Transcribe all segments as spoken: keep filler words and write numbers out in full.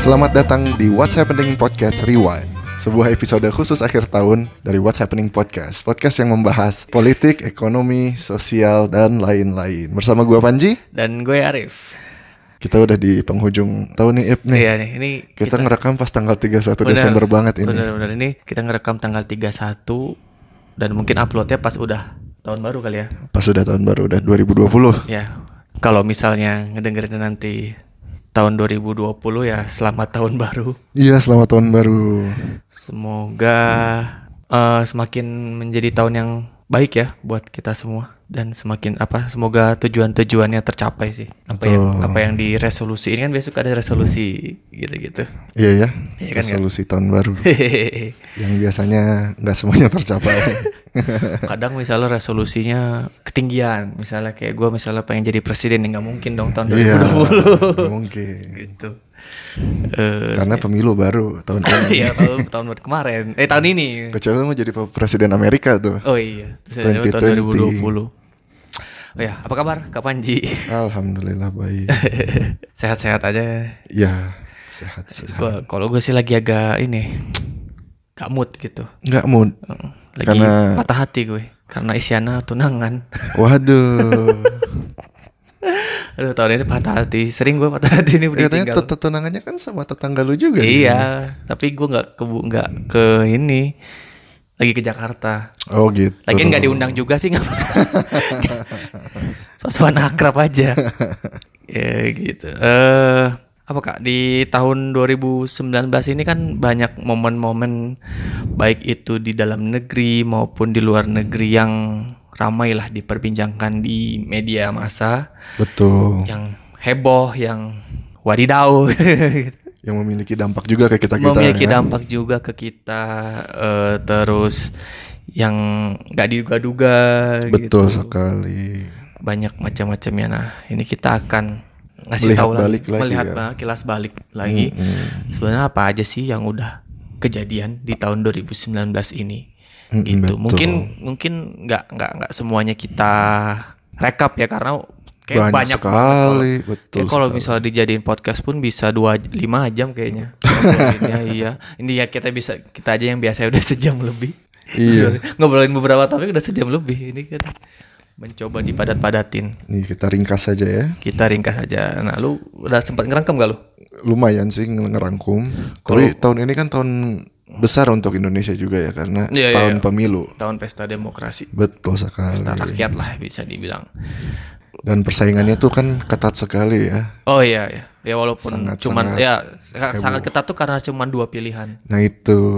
Selamat datang di What's Happening Podcast Rewind, sebuah episode khusus akhir tahun dari What's Happening Podcast. Podcast yang membahas politik, ekonomi, sosial, dan lain-lain. Bersama gue Panji. Dan gue Arif. Kita udah di penghujung tahun nih, Ip nih. Iya nih, ini kita, kita ngerekam pas tanggal tiga puluh satu bener, Desember banget ini. Bener-bener ini kita ngerekam tanggal tiga puluh satu dan mungkin uploadnya pas udah tahun baru kali ya. Pas udah tahun baru, udah dua ribu dua puluh. Ya, kalau misalnya ngedengerin nanti tahun dua ribu dua puluh ya selamat tahun baru. Iya, selamat tahun baru. Semoga uh, semakin menjadi tahun yang baik ya buat kita semua. Dan semakin apa semoga tujuan-tujuannya tercapai sih. Apa Betul. yang apa yang diresolusi. Ini kan besok ada resolusi gitu-gitu. Iya ya, Iya kan, resolusi kan? Tahun baru. Yang biasanya gak semuanya tercapai. Kadang misalnya resolusinya ketinggian. Misalnya kayak gue misalnya pengen jadi presiden, ya gak mungkin dong tahun dua ribu dua puluh. Iya, gak mungkin Gitu. Uh, Karena pemilu baru tahun ini. Iya tahun tahun kemarin. Eh tahun ini. Kecuali mau jadi presiden Amerika tuh. Oh iya. Terus tahun dua ribu dua puluh. Oh ya, apa kabar Kak Panji? Alhamdulillah baik. Sehat-sehat aja. Ya, sehat-sehat. Gua kalau gue sih lagi agak ini gak mood gitu. Gak mood. Lagi Karena... patah hati gue karena Isyana tunangan. Waduh. Aduh tahun ini patah hati. Sering gue patah hati nih udah katanya tinggal. tunangannya kan sama tetangga lu juga. Iya, tapi gue nggak ke nggak ke ini. Lagi ke Jakarta. Oh gitu. Lagian nggak diundang juga sih, nggak. Sosokan akrab aja. Ya gitu. Eh uh, apa kak di tahun dua ribu sembilan belas ini kan banyak momen-momen baik itu di dalam negeri maupun di luar negeri yang ramai lah diperbincangkan di media massa. Betul. Yang heboh, yang wadidaw. Yang memiliki dampak juga ke kita kita. Memiliki kan? dampak juga ke kita. Uh, terus yang nggak diduga-duga. Betul gitu. sekali. Banyak macam-macamnya. Nah, ini kita akan ngasih melihat tahu balik lagi, lagi melihat ya? nah, kilas balik lagi. Mm-hmm. Sebenarnya apa aja sih yang udah kejadian di tahun dua ribu sembilan belas ini? Mm-hmm, gitu. betul. Mungkin mungkin nggak nggak nggak semuanya kita rekap ya karena kayak banyak, banyak sekali. Kalau, betul. Kalau misalnya dijadiin podcast pun bisa dua lima jam kayaknya. ya, iya. Ini ya kita bisa kita aja yang biasa udah sejam lebih. Iya. Ngobrolin beberapa topik udah sejam lebih. Ini kita mencoba dipadat-padatin. Nih kita ringkas saja ya. Kita ringkas aja. Nah, lu udah sempat ngerangkum gak lu? Lumayan sih ngerangkum. Tapi tahun ini kan tahun besar untuk Indonesia juga ya karena iya, tahun iya. pemilu. Tahun pesta demokrasi. Betul sekali. Pesta rakyat lah bisa dibilang. Dan persaingannya tuh kan ketat sekali ya. Oh iya ya. Ya walaupun sangat, cuman sangat ya heboh. Sangat ketat tuh karena cuman dua pilihan. Nah itu.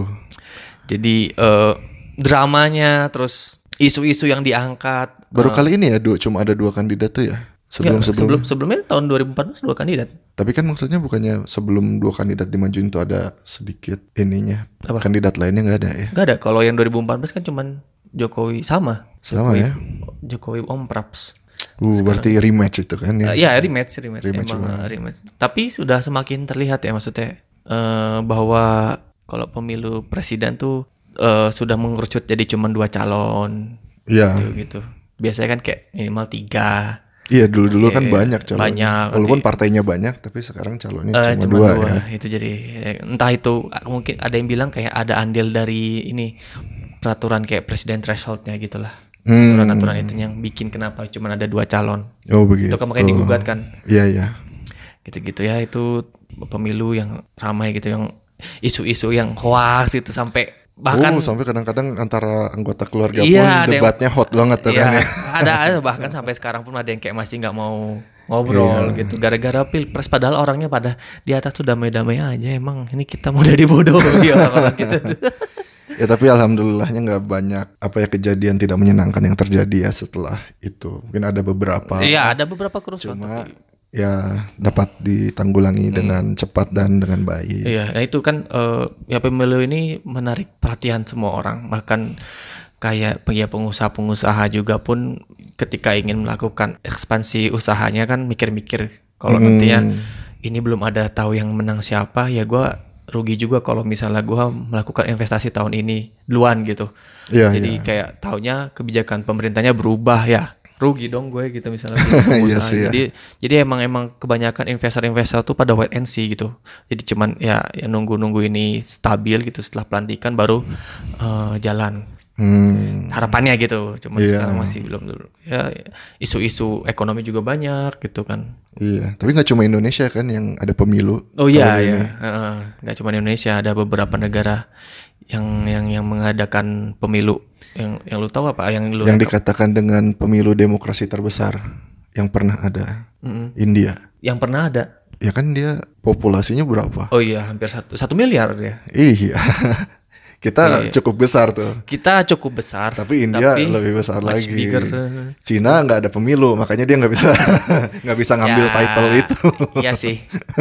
Jadi uh, dramanya terus isu-isu yang diangkat. Baru uh, kali ini ya du- cuma ada dua kandidat tuh ya. Sebelum ya, sebelum sebelumnya tahun dua ribu empat belas dua kandidat. Tapi kan maksudnya bukannya sebelum dua kandidat dimajuin tuh ada sedikit ininya. Apa? Kandidat lainnya nggak ada ya? Nggak ada. Kalau yang dua ribu empat belas kan cuman Jokowi sama. Sama Jokowi, ya. Jokowi Om Praps. Uh, berarti rematch itu kan ya? Uh, ya rematch, rematch, Rematch emang juga. uh, rematch. Tapi sudah semakin terlihat ya maksudnya uh, bahwa kalau pemilu presiden tuh uh, sudah mengerucut jadi cuma dua calon. Iya. Gitu, gitu. Biasanya kan kayak minimal tiga. Iya dulu-dulu kan Iya, banyak calonnya. banyak, Walaupun nanti- partainya banyak, tapi sekarang calonnya Uh, cuma, cuma dua, dua, ya. Itu jadi entah itu mungkin ada yang bilang kayak ada andil dari ini peraturan kayak presiden thresholdnya gitulah. Hmm. Aturan-aturan itu yang bikin kenapa cuma ada dua calon. Oh begitu. Itu kan makanya digugat kan. Iya iya. Gitu-gitu ya itu pemilu yang ramai gitu yang isu-isu yang hoax itu sampai bahkan oh, sampai kadang-kadang antara anggota keluarga iya, pun debatnya yang, hot banget tuh iya, kan ya. ada ada bahkan sampai sekarang pun ada yang kayak masih nggak mau ngobrol iya. gitu gara-gara pilpres padahal orangnya pada di atas tuh damai-damai aja emang ini kita mudah dibodohi orang-orang gitu tuh. Ya tapi alhamdulillahnya nggak banyak apa ya kejadian tidak menyenangkan yang terjadi ya setelah itu. Mungkin ada beberapa. Iya ada beberapa kerusuhan. Cuma tapi... ya dapat ditanggulangi hmm. dengan cepat dan dengan baik. Iya, nah itu kan uh, ya pemilu ini menarik perhatian semua orang. Bahkan kayak ya pengusaha-pengusaha juga pun ketika ingin melakukan ekspansi usahanya kan mikir-mikir kalau hmm. nantinya ini belum ada tahu yang menang siapa ya gue rugi juga kalau misalnya gue melakukan investasi tahun ini duluan gitu. Ya, Jadi ya. kayak taunya kebijakan pemerintahnya berubah ya. rugi dong gue gitu misalnya beli pengusaha. Iya sih, ya. Jadi jadi emang emang kebanyakan investor-investor tuh pada wait and see gitu. Jadi cuman ya, ya nunggu-nunggu ini stabil gitu, setelah pelantikan baru uh, jalan. Hmm. Harapannya gitu. Cuman Iya. sekarang masih belum dulu. Ya isu-isu ekonomi juga banyak gitu kan. Iya, tapi nggak cuma Indonesia kan yang ada pemilu. Oh iya tahun ya, ini. nggak cuma Indonesia, ada beberapa negara yang yang yang mengadakan pemilu. Yang yang lu tahu apa? Yang lu Yang rekap? dikatakan dengan pemilu demokrasi terbesar yang pernah ada. Mm-mm. India. Yang pernah ada. Ya kan dia populasinya berapa? Oh iya, hampir satu satu miliar ya. Iya. Kita Iya. cukup besar tuh. Kita cukup besar. Tapi India tapi lebih besar much lagi. bigger. Cina nggak ada pemilu, makanya dia nggak bisa nggak bisa ngambil Ya, title itu. Iya sih.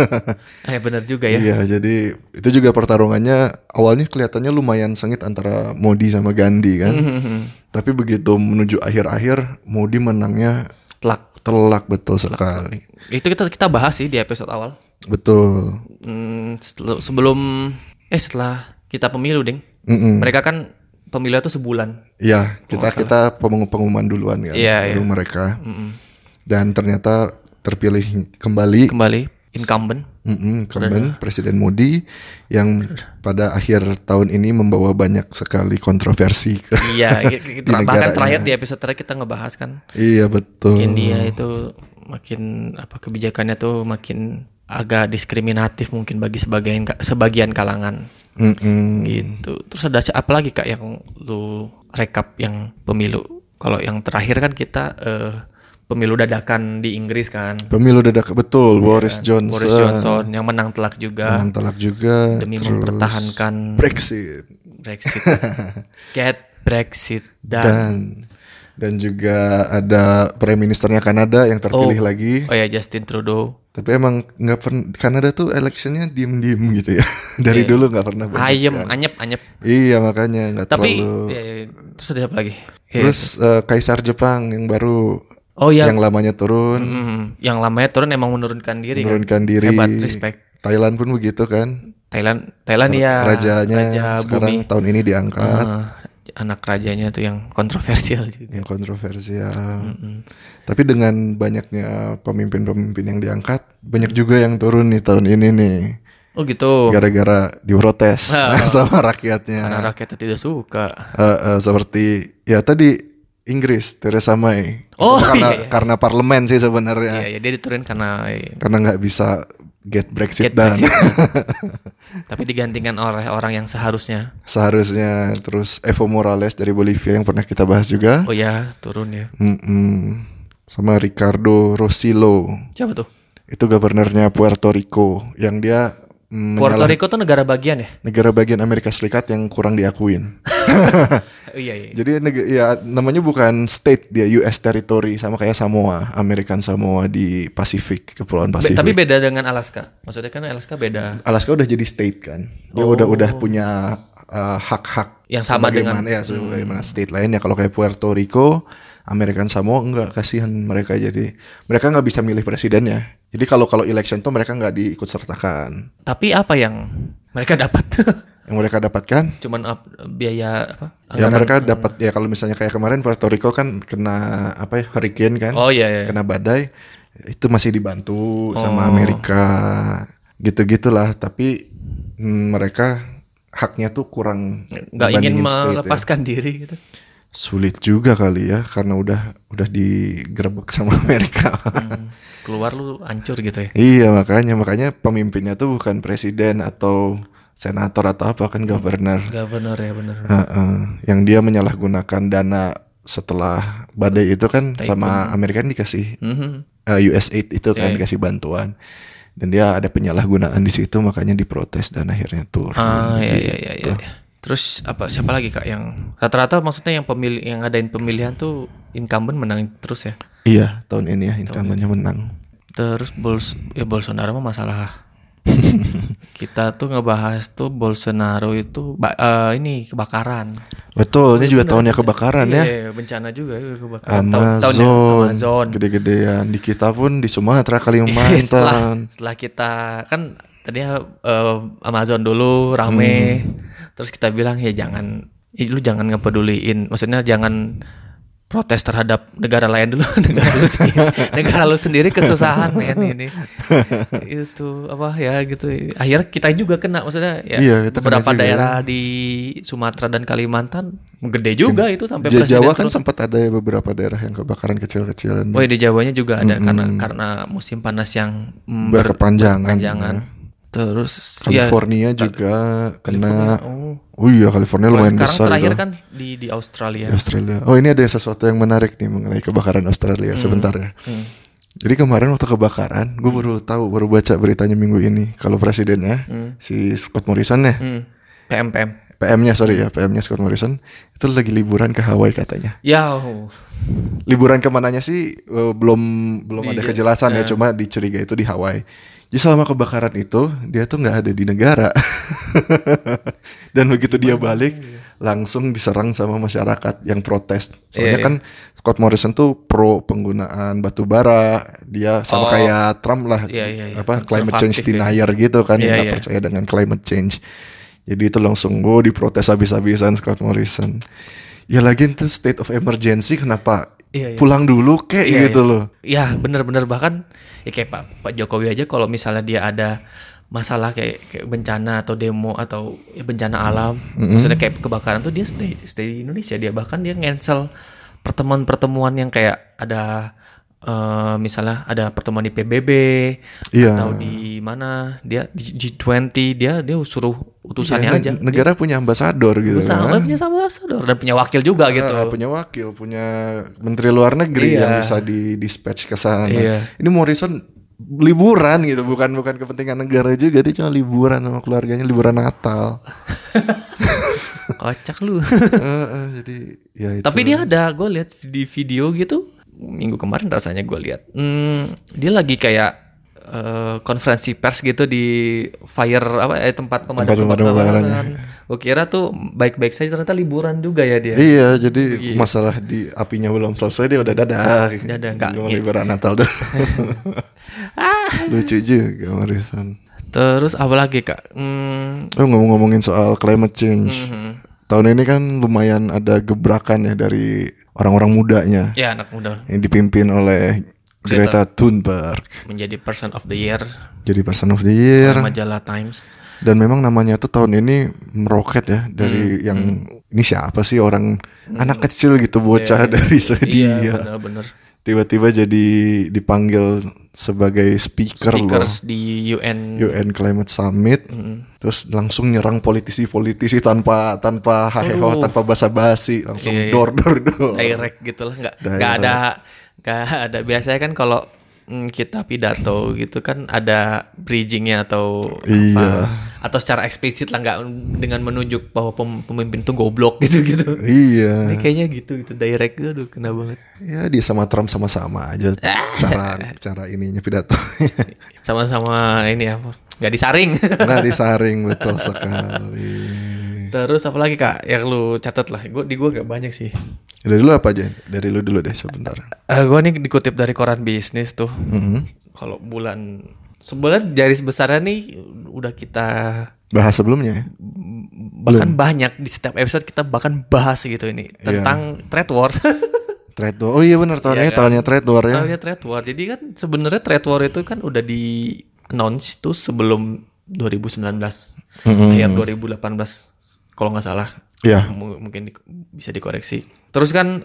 Eh benar juga ya. Iya, jadi itu juga pertarungannya awalnya kelihatannya lumayan sengit antara Modi sama Gandhi kan. Tapi begitu menuju akhir-akhir, Modi menangnya Telak. telak betul sekali. Itu kita kita bahas sih di episode awal. Betul. Hmm, setel- sebelum eh setelah kita pemilu, Ding. Mm-mm. Mereka kan pemilu itu sebulan. Iya, kita kita pengum- pengumuman duluan kan, Iya, baru iya. mereka. Mm-mm. Dan ternyata terpilih kembali Kembali incumbent. Mm-mm, incumbent Presiden Modi yang pada akhir tahun ini membawa banyak sekali kontroversi ke Iya, di kita, bahkan negaranya. terakhir di episode terakhir kita ngebahas kan Iya betul. India itu makin apa kebijakannya tuh makin agak diskriminatif mungkin bagi sebagian sebagian kalangan Mm-mm. gitu. Terus ada si- apa lagi Kak yang lu rekap yang pemilu? Kalau yang terakhir kan kita eh, pemilu dadakan di Inggris kan. Pemilu dadak betul Boris Johnson. Boris Johnson yang menang telak juga Menang telak juga demi terus mempertahankan Brexit Brexit. Get Brexit dan, dan dan juga ada Prime Ministernya Kanada yang terpilih Oh. lagi. oh ya Justin Trudeau. Tapi emang nggak pernah Kanada tuh electionnya diem-diem gitu ya. Dari Iya. dulu nggak pernah banyak Ayem, kan. anyep, anyep. Iya makanya nggak Tapi terlalu. ya, ya, terus ada apa lagi? Ya, Terus eh, Kaisar Jepang yang baru oh ya, yang lamanya turun, mm, yang lamanya turun emang menurunkan diri menurunkan kan. diri. Hebat, respect. Thailand pun begitu kan. Thailand, Thailand ya. Rajanya Raja sekarang bumi. tahun ini diangkat. Ah, anak rajanya tuh yang kontroversial juga. Yang kontroversial. Tapi dengan banyaknya pemimpin-pemimpin yang diangkat, banyak juga yang turun nih tahun ini nih. Oh gitu. Gara-gara diprotes Ah. sama rakyatnya. Karena rakyatnya tidak suka. Eh, eh, seperti ya tadi Inggris Theresa May. Oh, Itu karena iya, iya. karena parlemen sih sebenarnya. Iya, ya, dia diturunin karena eh, Karena nggak bisa get Brexit Get dan Brexit. Tapi digantikan oleh orang yang seharusnya. seharusnya. Terus Evo Morales dari Bolivia yang pernah kita bahas juga. Oh ya, turun ya. Mm-mm. Sama Ricardo Rosillo. Siapa tuh? Itu governornya Puerto Rico yang dia mm, Puerto menyalah- Rico tuh negara bagian ya? negara bagian Amerika Serikat yang kurang diakuin. Oh, iya, iya. Jadi neg- ya namanya bukan state, dia U S territory sama kayak Samoa, American Samoa di Pasifik, Kepulauan Be- Pasifik. tapi beda dengan Alaska. Maksudnya kan Alaska beda. Alaska udah jadi state kan. Dia Oh. udah udah punya uh, hak-hak Yang sama sebagaimana dengan- ya sebagaimana state lainnya. Kalau kayak Puerto Rico, American Samoa enggak, kasihan mereka, jadi mereka nggak bisa milih presidennya. Jadi kalau kalau election tuh mereka nggak diikut sertakan. Tapi apa yang mereka dapat? Yang mereka dapatkan Cuman ap- biaya apa? ya Anggaran- mereka dapat ya kalau misalnya kayak kemarin Puerto Rico kan kena apa ya hurricane kan. Oh iya, iya. Kena badai itu masih dibantu sama Oh. Amerika gitu-gitulah, tapi mm, mereka haknya tuh kurang nggak ingin dibandingin state ya. melepaskan diri gitu. Sulit juga kali ya karena udah udah digerebek sama Amerika. Hmm, keluar lu hancur gitu ya. Iya makanya makanya pemimpinnya tuh bukan presiden atau senator atau apa kan governor. Governor ya bener. Heeh, yang dia menyalahgunakan dana setelah badai itu kan sama Amerika kan dikasih Mhm. uh, U S aid itu kan Iya, iya. dikasih bantuan, dan dia ada penyalahgunaan di situ makanya diprotes dan akhirnya turun. Ah iya iya iya. gitu. iya. Terus apa siapa lagi Kak yang rata-rata maksudnya yang pemilih yang ngadain pemilihan tuh incumbent menang terus ya. Iya tahun ini ya incumbentnya menang. Terus Bols ya Bolsonaro mah masalah. Kita tuh ngebahas tuh Bolsonaro itu ba- eh, ini kebakaran. Betul, ini juga tahunnya kebakaran ya. Iya, bencana juga ya kebakaran. Tahun- Amazon, tahunnya Amazon. gede-gedean di kita pun di Sumatera, setelah Kalimantan. setelah kita kan tadinya eh, Amazon dulu rame, Hmm. terus kita bilang ya jangan, eh, lu jangan ngepeduliin, maksudnya jangan protes terhadap negara lain dulu. negara lu sendiri, negara lu sendiri kesusahan men ini itu apa ya gitu, akhirnya kita juga kena, maksudnya ya Iya, kita kena beberapa juga, daerah ya. di Sumatera dan Kalimantan gede juga itu sampai J- presiden Jawa kan turun. sempat ada beberapa daerah yang kebakaran kecil-kecilan. Oh, di Jawanya juga ada Mm-mm. karena karena musim panas yang mm, ber- Berkepanjangan, berkepanjangan. ya. Terus California ya, juga California, kena. oh. Oh iya, California Kalau lumayan sekarang besar terakhir itu. kan di di Australia. Di Australia. Oh, ini ada sesuatu yang menarik nih mengenai kebakaran Australia. Sebentar ya. Hmm. Jadi kemarin waktu kebakaran, gue baru tahu, baru baca beritanya minggu ini kalau presidennya Hmm. si Scott Morrison ya, Hmm. P M P M. P M-nya sorry ya, P M-nya Scott Morrison itu lagi liburan ke Hawaii katanya. Ya, oh. Liburan kemananya sih eh, belum belum Di- ada kejelasan ya, eh. cuma dicurigai itu di Hawaii. Jadi selama kebakaran itu dia tuh nggak ada di negara. Dan begitu dia balik langsung diserang sama masyarakat yang protes. Soalnya Iya, iya. kan Scott Morrison tuh pro penggunaan batu bara, dia sama Oh. kayak Trump lah, Iya, iya, iya. apa climate change Konservatif ya. denier gitu kan, Iya, yang nggak iya. percaya dengan climate change. Jadi itu langsung gue diprotes habis-habisan Scott Morrison. Ya lagi itu state of emergency, kenapa Iya, iya. pulang dulu kayak Iya, gitu iya. loh. Ya bener-bener, bahkan ya kayak Pak Pak Jokowi aja kalau misalnya dia ada masalah kayak kayak bencana atau demo atau ya bencana alam, maksudnya kayak kebakaran tuh dia stay stay di Indonesia, dia bahkan dia cancel pertemuan-pertemuan yang kayak ada eh, misalnya ada pertemuan di P B B Iya. atau di mana dia di G dua puluh, dia dia suruh utusannya Iya, aja. ne- negara punya ambasador gitu Dia sama kan. punya ambasador dan punya wakil juga gitu. Ah, punya wakil, punya menteri luar negeri Iya. yang bisa di dispatch ke sana. Iya. Ini Morrison liburan gitu, bukan bukan kepentingan negara juga, dia cuma liburan sama keluarganya, liburan Natal. Kocak lu. Heeh, jadi ya itu. Tapi dia ada, gue lihat di video gitu minggu kemarin rasanya gue lihat, hmm, dia lagi kayak eh, konferensi pers gitu di fire apa eh, tempat pemadam Tempat pemadam kebakaran. kebakaran, Gue kira tuh baik-baik saja, ternyata liburan juga ya dia. Iya, jadi masalah di apinya belum selesai dia udah dadah. Dadah, enggak, Mau iya. liburan Natal dulu. Lucu juga Morrison. Terus apa lagi kak? Hmm, Oh, ngomong-ngomongin soal climate change. Tahun ini kan lumayan ada gebrakan ya dari orang-orang mudanya ya anak muda yang dipimpin oleh Greta, Greta. Thunberg. menjadi person of the year Jadi person of the year. oleh majalah Times. Dan memang namanya tuh tahun ini meroket ya dari yang ini siapa sih orang anak kecil gitu bocah dari Swedia. Iya benar-benar. Tiba-tiba jadi dipanggil sebagai speaker loh. Speakers di U N. U N Climate Summit, terus langsung nyerang politisi-politisi tanpa tanpa haheho, Aduh. tanpa basa-basi, langsung Iya, iya. dor dor dor. Direct gitu lah, nggak nggak Direct. ada nggak ada, biasanya kan kalau mm, kita pidato gitu kan ada bridgingnya atau Iya. apa, atau secara eksplisit lah, nggak dengan menunjuk bahwa pem- pemimpin tuh goblok gitu gitu. Iya. Ini kayaknya gitu gitu direct, aduh kena banget. Ya dia sama Trump sama-sama aja cara cara ininya pidato. Sama-sama ini ya, nggak disaring. Nggak disaring, betul sekali. Terus apa lagi kak yang lu catat lah? Gue di gue gak banyak sih. Dari lu apa aja? Dari lu dulu deh sebentar. Eh gue nih dikutip dari koran bisnis tuh. Mhm. Kalau bulan sebenarnya garis besarnya nih udah kita Bahas sebelumnya ya? bahkan banyak di setiap episode kita bahkan bahas gitu ini tentang trade war. Trade war. Oh iya benar tahun Iya ini kan? tahunnya trade war ya. Tahunnya trade war. Jadi kan sebenarnya trade war itu kan udah di announce tuh sebelum dua ribu sembilan belas, akhir dua ribu delapan belas kalau nggak salah. Iya. M- mungkin di- bisa dikoreksi. Terus kan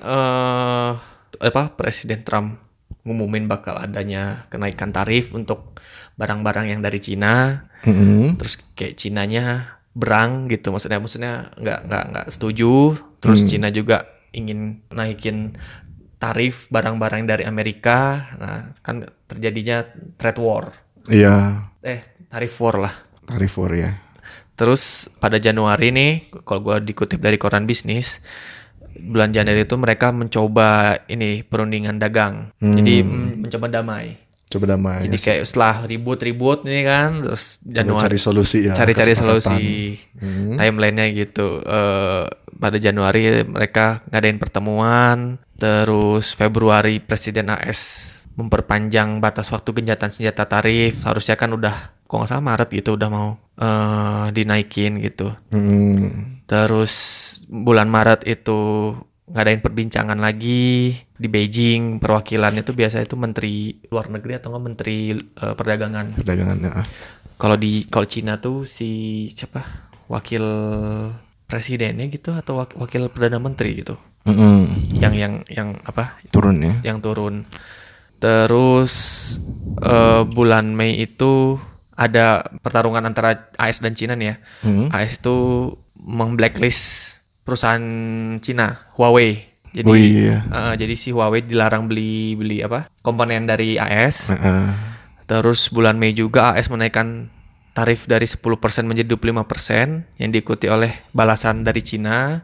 eh apa Presiden Trump ngumumin bakal adanya kenaikan tarif untuk barang-barang yang dari Cina. Mhm. Terus kayak Cinanya berang gitu, maksudnya maksudnya nggak nggak nggak setuju. Terus Cina juga ingin naikin tarif barang-barang dari Amerika. Nah kan terjadinya trade war, Iya. eh tarif war lah. Tarif war ya. Terus pada Januari nih, kalau gue dikutip dari koran bisnis, bulan Januari itu mereka mencoba ini perundingan dagang. Jadi mm, mencoba damai. Coba damai. Jadi kayak setelah ribut-ribut nih kan, terus Coba Januari cari solusi ya. cari-cari kesepakatan. solusi, timelinenya gitu. Eh, pada Januari mereka ngadain pertemuan, terus Februari Presiden A S memperpanjang batas waktu gencatan senjata tarif. Harusnya kan udah, kok nggak salah Maret gitu udah mau eh, dinaikin gitu. Hmm. Terus bulan Maret itu ngadain perbincangan lagi di Beijing. Perwakilannya tuh biasanya itu menteri luar negeri atau enggak menteri uh, perdagangan. Perdagangan ya. Kalau di kalau Cina tuh si siapa? Wakil presidennya gitu atau wak- wakil perdana menteri gitu. Mm-mm. Yang yang yang apa? Turun ya. Yang turun. Terus uh, bulan Mei itu ada pertarungan antara A S dan Cina nih ya. Hmm. A S itu mengblacklist perusahaan Cina, Huawei. Jadi Oh iya. uh, jadi si Huawei dilarang beli beli apa? Komponen dari A S. Uh-uh. Terus bulan Mei juga A S menaikkan tarif dari sepuluh persen menjadi dua puluh lima persen yang diikuti oleh balasan dari Cina.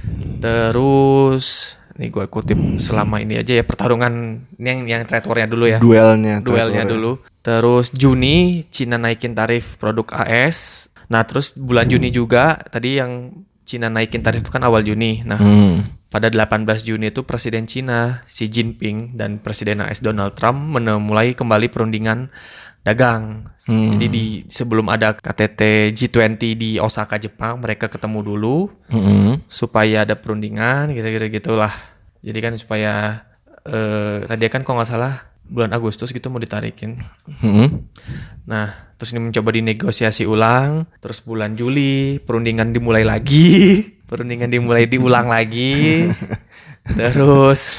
Terus ini gue kutip selama ini aja ya pertarungan ini yang yang trade war-nya dulu ya. Duelnya. Duelnya dulu. Terus Juni Cina naikin tarif produk A S. Nah, terus bulan Juni juga tadi yang Cina naikin tarif itu kan awal Juni. Nah, Hmm. pada delapan belas Juni itu Presiden Cina Xi Jinping dan Presiden A S Donald Trump mulai kembali perundingan dagang. Hmm. Jadi di sebelum ada K T T G dua puluh di Osaka Jepang, mereka ketemu dulu Mm-mm. supaya ada perundingan gitu-gitu gitulah. Jadi kan supaya eh, tadi kan kalau nggak salah bulan Agustus gitu mau ditarikin. Mm-mm. Nah, terus ini mencoba dinegosiasi ulang. Terus bulan Juli perundingan dimulai lagi, perundingan dimulai diulang lagi. Terus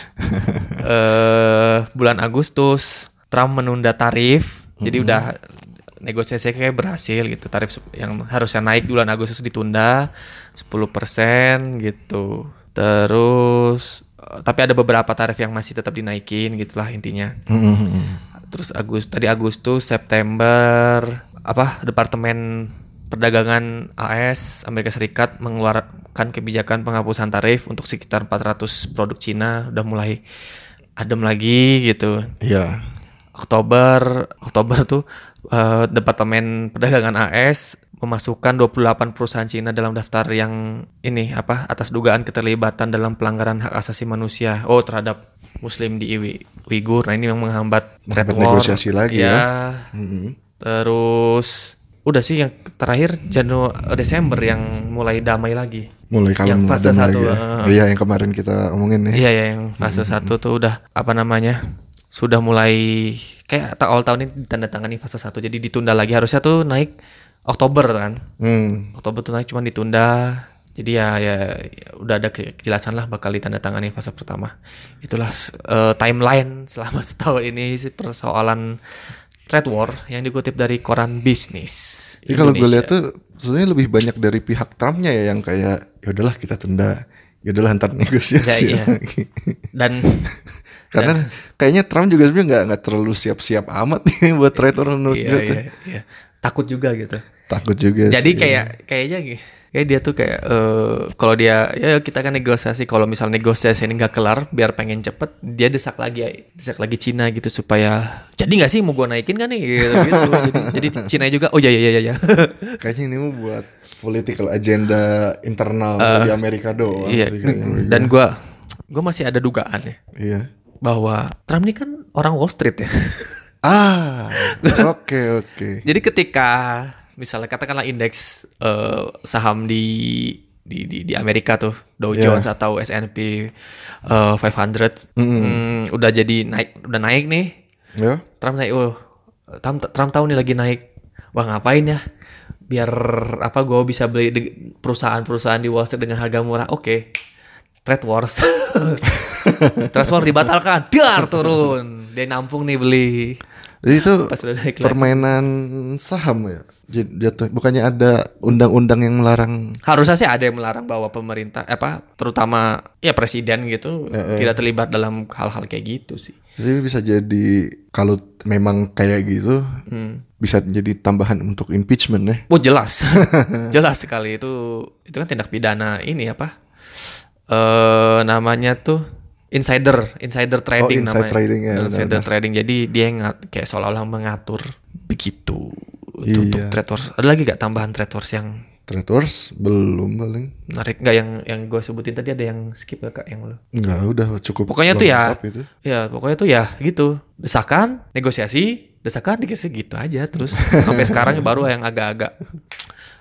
eh, bulan Agustus Trump menunda tarif. Jadi mm-hmm. udah negosiasi kayak berhasil gitu. Tarif yang harusnya naik di bulan Agustus ditunda sepuluh persen gitu. Terus tapi ada beberapa tarif yang masih tetap dinaikin gitulah intinya. Mm-hmm. Terus Agustus tadi Agustus, September apa Departemen Perdagangan A S Amerika Serikat mengeluarkan kebijakan penghapusan tarif untuk sekitar empat ratus produk Cina, udah mulai adem lagi gitu. Iya. Oktober Oktober tuh uh, Departemen Perdagangan A S memasukkan dua puluh delapan perusahaan Cina dalam daftar yang ini apa atas dugaan keterlibatan dalam pelanggaran hak asasi manusia oh terhadap Muslim di Uighur. Nah, ini yang menghambat trade war. Negosiasi lagi ya. ya. Mm-hmm. Terus udah sih yang terakhir Januari Desember yang mulai damai lagi. Mulai kalem yang fase satu. Ya. Uh, iya yang kemarin kita omongin nih. Iya ya yang fase mm-hmm. satu tuh udah apa namanya? Sudah mulai kayak awal tahun ini ditandatangani fase satu. Jadi ditunda lagi, harusnya tuh naik Oktober kan. Hmm. Oktober tuh naik cuma ditunda. Jadi ya, ya ya udah ada kejelasan lah bakal ditandatangani fase pertama. Itulah uh, timeline selama setahun ini persoalan trade war yang dikutip dari koran bisnis. Jadi kalau gue lihat tuh sebenarnya lebih banyak dari pihak Trumpnya ya yang kayak ya udahlah kita tunda, ya udahlah ntar negosiasi ya, iya. lagi. Dan karena dan, kayaknya Trump juga sebenarnya nggak nggak terlalu siap-siap amat nih buat trade war menurut iya, gue. Iya, iya. Takut juga gitu. Takut juga. Jadi sih. kayak kayaknya kayak dia tuh kayak uh, kalau dia ya kita kan negosiasi, kalau misal negosiasi ini nggak kelar biar pengen cepet, dia desak lagi desak lagi Cina gitu supaya jadi nggak sih mau gua naikin kan nih gitu, gitu. jadi, jadi Cina juga oh ya ya ya ya. Kayaknya ini mau buat political agenda internal uh, di Amerika doang. Iya. Sih, dan gua gua masih ada dugaan ya. Iya. Bahwa Trump ini kan orang Wall Street ya. Ah, oke okay, oke. Okay. Jadi ketika misalnya katakanlah indeks uh, saham di, di di di Amerika tuh Dow Jones yeah. atau S and P uh, lima ratus mm-hmm. hmm, udah jadi naik udah naik nih. Yeah. Trump naik oh Trump Trump tahu nih lagi naik. Wah, ngapain ya? Biar apa gue bisa beli perusahaan-perusahaan di Wall Street dengan harga murah. Oke. Okay. Trade wars. Trade wars dibatalkan. Dar turun. Dia nampung nih beli. Jadi itu permainan saham ya. Jatuh bukannya ada undang-undang yang melarang? Harusnya sih ada yang melarang bahwa pemerintah apa terutama ya presiden gitu eh, eh. tidak terlibat dalam hal-hal kayak gitu sih. Jadi bisa jadi kalau memang kayak gitu hmm. bisa jadi tambahan untuk impeachment ya. Oh jelas. Jelas sekali itu itu kan tindak pidana ini apa? Uh, namanya tuh insider, insider trading oh, inside namanya. Trading, ya, insider benar-benar. trading. Jadi dia ngat, kayak seolah-olah mengatur begitu iya. untuk trade wars. Ada lagi gak tambahan trade wars yang trade wars belum paling. Menarik nggak yang yang gue sebutin tadi, ada yang skip gak kak yang lo? Nggak, udah cukup. Pokoknya tuh ya, itu. ya pokoknya tuh ya gitu. Desakan, negosiasi, desakan, negosiasi gitu aja terus sampai sekarang baru yang agak-agak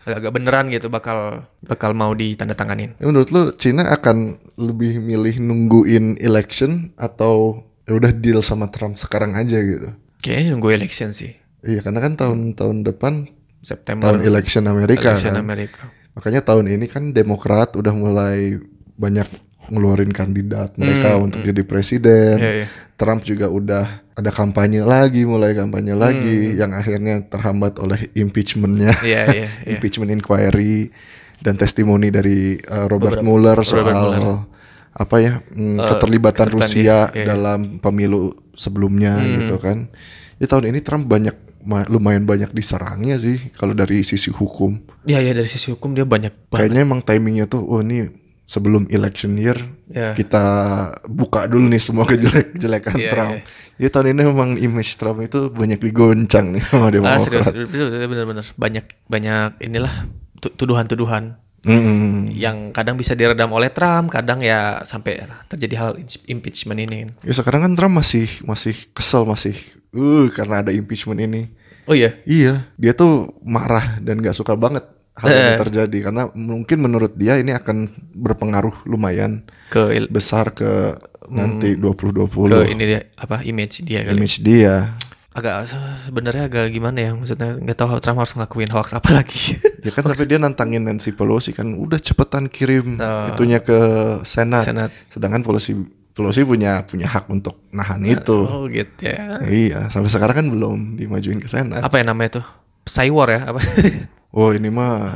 agak-agak beneran gitu bakal bakal mau ditandatanganin. Ya, menurut lu Cina akan lebih milih nungguin election atau ya udah deal sama Trump sekarang aja gitu? Kayaknya nunggu election sih. Iya, karena kan tahun-tahun depan September. tahun election Amerika Election kan. Amerika. Makanya tahun ini kan Demokrat udah mulai banyak ngeluarin kandidat mereka Hmm, untuk jadi presiden. Iya, iya. Trump juga udah ada kampanye lagi, mulai kampanye lagi yang akhirnya terhambat oleh impeachmentnya, Iya, iya, iya. impeachment inquiry dan testimoni dari uh, Robert Beberapa- Mueller Robert soal Mueller. apa ya mm, Uh, keterlibatan keterlibatan Rusia dia, iya, iya. dalam pemilu sebelumnya gitu kan. Ya tahun ini Trump banyak ma- lumayan banyak diserangnya sih kalau dari sisi hukum. Iya, iya, dari sisi hukum dia banyak banget. Kayaknya emang timingnya tuh, oh ini sebelum election year Ya. kita buka dulu nih semua kejelek-jelekan Iya, Trump. iya. Jadi tahun ini memang image Trump itu banyak digoncang nih sama Ah, Demokrat. serius, itu benar-benar banyak banyak inilah tu- tuduhan-tuduhan Mm-mm. yang kadang bisa diredam oleh Trump, kadang ya sampai terjadi hal impeachment ini. Ya sekarang kan Trump masih masih kesel masih uh karena ada impeachment ini. Oh iya. Iya, dia tuh marah dan gak suka banget hal ini Eh. terjadi karena mungkin menurut dia ini akan berpengaruh lumayan Ke il- besar ke nanti dua ribu dua ke puluh ini dia apa image dia kali. image dia. Agak se- sebenarnya agak gimana ya, maksudnya nggak tahu Trump harus ngelakuin hoax apa lagi. Ya kan sampai dia nantangin Nancy Pelosi kan udah cepetan kirim Oh. itunya ke Senat. Senat. Sedangkan Pelosi Pelosi punya punya hak untuk nahan itu. Oh gitu ya. Iya, sampai sekarang kan belum dimajuin ke Senat. Apa ya namanya tuh? Psywar ya apa? Oh, ini mah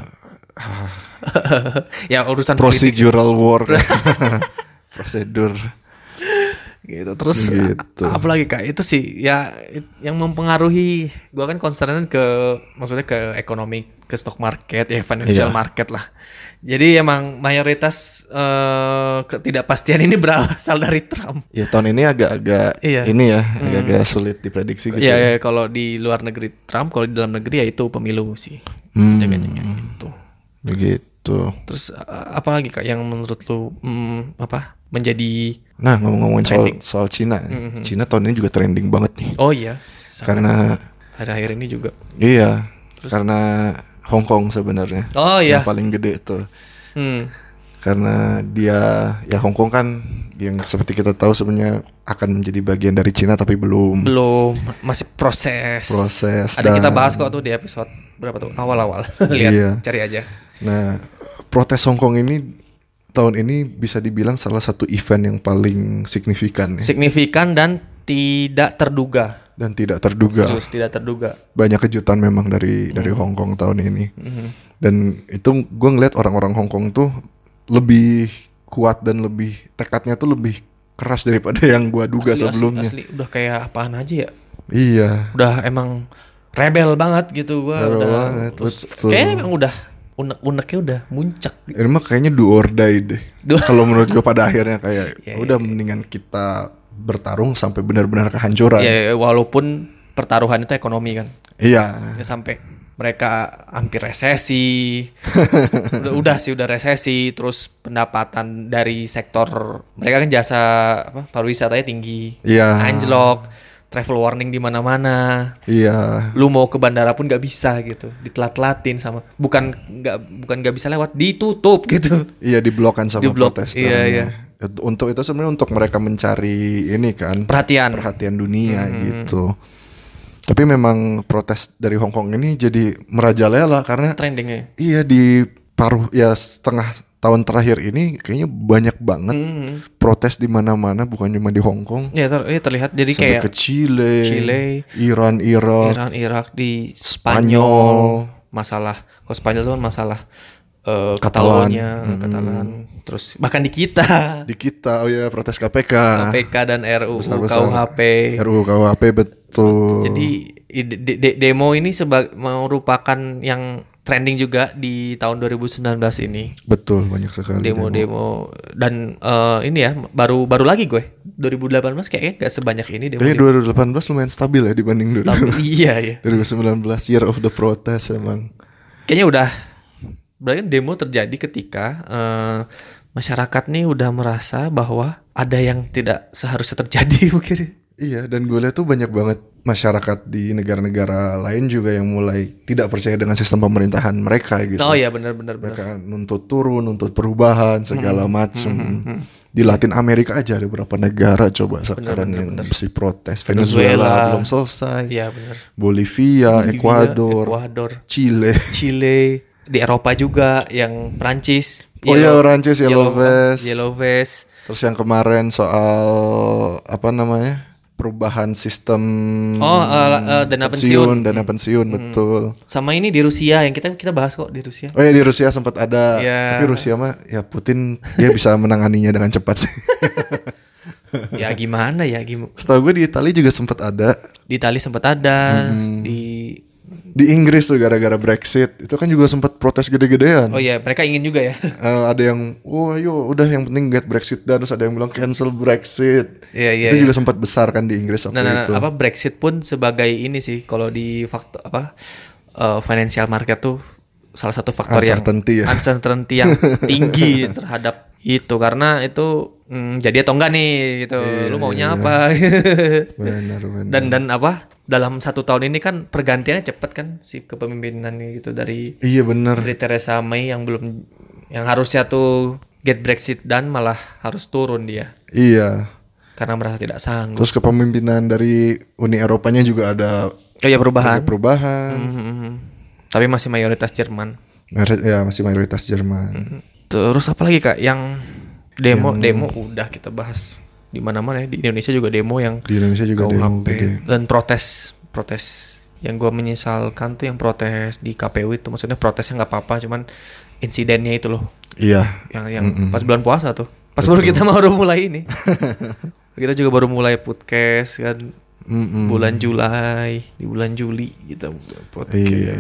Ya urusan politik procedural war. Prosedur. gitu. Terus Gitu. a- apalagi Kak itu sih ya it- yang mempengaruhi gua kan concern ke maksudnya ke ekonomi, ke stock market ya, financial Iya. market lah. Jadi emang mayoritas eh, ketidakpastian ini berasal dari Trump. Ya tahun ini agak-agak Iya. ini ya, agak-agak sulit diprediksi gitu. Ya, ya. ya kalau di luar negeri Trump, kalau di dalam negeri ya itu pemilu sih. Hmm. Jaga-jaga gitu. Begitu. Terus a- apa lagi Kak yang menurut lu mm, apa menjadi Nah, ngomong-ngomongin soal Trending. soal Cina. Cina tahun ini juga trending banget nih. oh iya Karena akhir-akhir ini juga. iya, karena Hong Kong sebenarnya. Oh iya. Yang paling gede tuh. Hmm. Karena dia ya Hong Kong kan yang seperti kita tahu sebenarnya akan menjadi bagian dari Cina tapi belum Belum, masih proses. proses. Ada dan- kita bahas kok tuh di episode berapa tuh awal-awal. Lihat, Iya. cari aja. Nah, protes Hong Kong ini tahun ini bisa dibilang salah satu event yang paling signifikan ya, Signifikan dan tidak terduga. dan tidak terduga. Serius tidak terduga. Banyak kejutan memang dari dari Hong Kong tahun ini. Dan itu gue ngeliat orang-orang Hong Kong tuh lebih kuat dan lebih tekadnya tuh lebih keras daripada yang gue duga Asli, sebelumnya. Asli, asli, udah kayak apaan aja ya. Iya. Udah emang rebel banget gitu gua Rebel udah. banget, Terus betul. kayaknya emang udah unek-uneknya udah muncak. Ini mah kayaknya do or die deh. Do- Kalau menurut gue pada akhirnya kayak Iya, udah mendingan kita bertarung sampai benar-benar kehancuran. Ya walaupun pertaruhan itu ekonomi kan. Iya. Ya, sampai mereka hampir resesi. udah, udah sih udah resesi, terus pendapatan dari sektor mereka kan jasa apa pariwisatanya tinggi. Iya. Anjlok, travel warning di mana-mana. Iya. Lu mau ke bandara pun gak bisa gitu, ditelat-telatin sama bukan nggak bukan nggak bisa lewat, ditutup gitu. Iya diblokkan sama Diblok, protesternya. iya, iya. Itu- Untuk itu sebenarnya untuk mereka mencari ini kan Perhatian. perhatian dunia gitu. Tapi memang protes dari Hong Kong ini jadi merajalela karena Trendingnya. iya di paruh ya setengah tahun terakhir ini kayaknya banyak banget Mhm. protes di mana-mana bukan cuma di Hong Kong. Ya, ter- ya terlihat jadi Sampai kayak ke Chile, Chile, Iran, Irak, Iran, Irak, di Spanyol. Spanyol, masalah, kalau Spanyol itu kan masalah eh, Katalan. Katalonia, Katalan, terus bahkan di kita, di kita oh ya protes K P K, K P K dan R U U K Besar-besar. U H P. R U U K U H P betul. Jadi i- de- de- demo ini sebagai merupakan yang trending juga di tahun dua ribu sembilan belas ini. betul banyak sekali Demo-demo dan eh, ini ya baru baru lagi gue dua ribu delapan belas kayaknya gak sebanyak ini demo. Kayaknya dua ribu delapan belas lumayan stabil ya dibanding dua ribu Iya ya. dua ribu sembilan belas year of the protest emang. Kayaknya udah berarti kan demo terjadi ketika eh, masyarakat nih udah merasa bahwa ada yang tidak seharusnya terjadi mungkin. Iya, dan gue lihat tuh banyak banget masyarakat di negara-negara lain juga yang mulai tidak percaya dengan sistem pemerintahan mereka gitu. Oh iya benar-benar. Mereka nuntut turun, nuntut perubahan segala macam. Di Latin Amerika aja ada beberapa negara coba sekarang yang mesti protes. Venezuela, Venezuela belum selesai. Iya benar. Bolivia, Bolivia Ekuador, Ekuador, Chile, Chile, di Eropa juga yang Prancis. Oh iya, Prancis Yellow, yellow Vest. Yellow Vest. Terus yang kemarin soal apa namanya? Perubahan sistem oh uh, uh, dana pensiun, dana pensiun hmm. betul. Sama ini di Rusia yang kita kita bahas kok di Rusia. Oh ya di Rusia sempat ada, yeah. Tapi Rusia mah ya Putin dia bisa menanganinya dengan cepat sih. Ya gimana ya gimana? Setahu gue di Italia juga sempat ada. Di Italia sempat ada hmm. di di Inggris tuh gara-gara Brexit itu kan juga sempat protes gede-gedean. Oh iya, mereka ingin juga ya. Uh, ada yang, oh ayo udah yang penting get Brexit dan terus ada yang bilang cancel Brexit. Iya iya. Itu iya. juga sempat besar kan di Inggris waktu nah, nah, itu. Nah, apa Brexit pun sebagai ini sih kalau di faktor apa uh, financial market tuh salah satu faktor uncertainty yang ya. uncertainty yang tinggi terhadap itu karena itu hmm, jadi atau enggak nih gitu. Iya, lu maunya iya. apa? Benar benar. Dan dan apa? Dalam satu tahun ini kan pergantiannya cepat kan si kepemimpinan gitu dari iya benar dari Theresa May yang belum yang harusnya tuh get Brexit dan malah harus turun dia. Iya. Karena merasa tidak sanggup. Terus kepemimpinan dari Uni Eropanya juga ada oh ya perubahan. perubahan. Mm-hmm. Tapi masih mayoritas Jerman. Ya masih mayoritas Jerman. Mm-hmm. Terus apa lagi Kak yang demo yang... demo udah kita bahas. Di mana-mana ya, di Indonesia juga demo yang di Indonesia juga demo gede. Dan protes protes yang gue menyesalkan tuh yang protes di K P U itu, maksudnya protesnya nggak apa-apa cuman insidennya itu loh iya yang yang mm-mm. pas bulan puasa tuh pas betul. Baru kita baru mulai ini kita juga baru mulai podcast kan mm-mm. bulan Juli di bulan Juli kita podcast iya.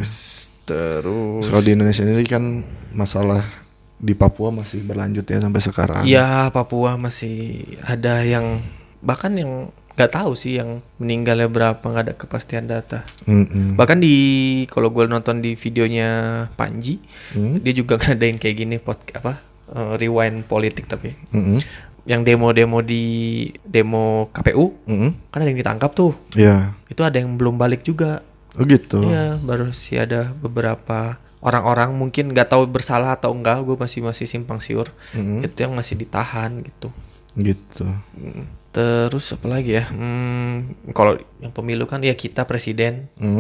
Terus kalau di Indonesia ini kan masalah di Papua masih berlanjut ya sampai sekarang. Iya, Papua masih ada yang bahkan yang nggak tahu sih yang meninggalnya berapa, nggak ada kepastian data. Mm-mm. Bahkan di kalau gue nonton di videonya Panji, mm. dia juga ngadain kayak gini pot apa uh, rewind politik tapi mm-hmm. yang demo-demo di demo K P U mm-hmm. kan ada yang ditangkap tuh. Iya. Yeah. Itu ada yang belum balik juga. Oh gitu. Iya, baru sih ada beberapa orang-orang mungkin nggak tahu bersalah atau enggak, gue masih masih simpang siur. Mm-hmm. Itu yang masih ditahan gitu. Gitu. Terus apa lagi ya? Hmm, kalau yang pemilu kan ya kita presiden, mm-hmm.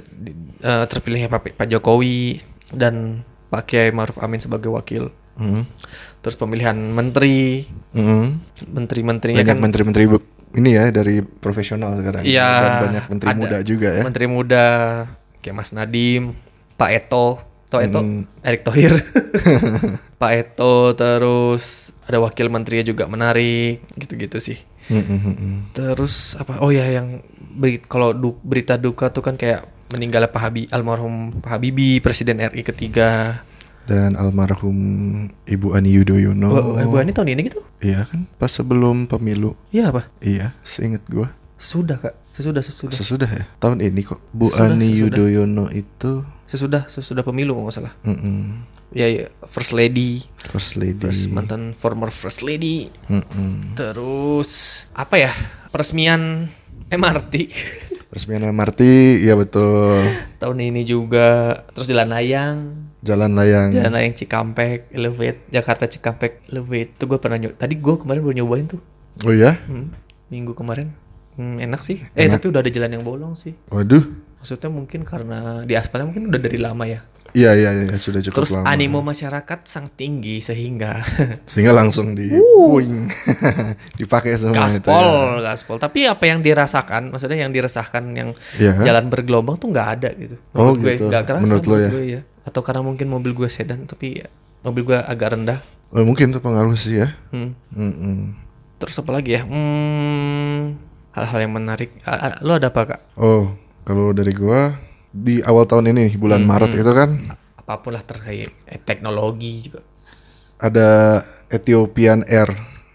uh, terpilihnya Pak, Pak Jokowi dan Pak Kiai Ma'ruf Amin sebagai wakil. Mm-hmm. Terus pemilihan menteri, mm-hmm. menteri-menterinya banyak kan menteri-menteri ini ya dari profesional sekarang. Iya. Dan banyak menteri muda juga ya. Menteri muda kayak Mas Nadiem, Pak Eto, Pak Eto, mm. Erick Thohir, Pak Eto, terus ada wakil menterinya juga menarik, gitu-gitu sih. Mm-hmm. Terus apa? Oh ya yang beri, kalau du, berita duka tuh kan kayak meninggalnya Pak Habibie, almarhum Pak Habibie, Presiden R I ketiga. Dan almarhum Ibu Ani Yudhoyono. Oh, Ibu Ani tahun ini gitu? Iya kan, pas sebelum pemilu. Iya apa? Iya, seingat gue. Sesudah Kak, sesudah sesudah. Sesudah ya, tahun ini kok. Bu sesudah, Ani sesudah. Yudhoyono itu. Sesudah, sesudah pemilu kalau nggak salah. Mm-mm. Ya, ya, First Lady. First Lady. First, mantan former First Lady. Mm-mm. Terus apa ya? Peresmian M R T. Peresmian M R T, iya betul. Tahun ini juga. Terus Jalan Layang. Jalan Layang. Jalan Layang Cikampek, Elevate, Jakarta Cikampek, Elevate. Itu gue pernah nyoba. Tadi gue kemarin baru nyobain tuh. Oh iya? Hmm, minggu kemarin. Hmm, enak sih. Enak. Eh tapi udah ada jalan yang bolong sih. Waduh. Maksudnya mungkin karena di aspalnya mungkin udah dari lama ya. Iya iya iya sudah cukup Terus lama. Terus animo masyarakat sangat tinggi sehingga sehingga langsung di uh. dipakai semua gaspol, itu ya. gaspol. Tapi apa yang dirasakan, maksudnya yang diresahkan yang yeah. jalan bergelombang tuh nggak ada gitu. Oh menurut gitu. Gue nggak kerasa menurut lo ya? Gue ya. Atau karena mungkin mobil gue sedan tapi ya, mobil gue agak rendah. Oh, mungkin itu pengaruh sih ya. Hmm. Terus apa lagi ya? Hmm, hal-hal yang menarik. Lo ada apa Kak? Oh, kalau dari gue di awal tahun ini bulan hmm, Maret itu kan apapun lah terkait eh, teknologi juga ada Ethiopian Air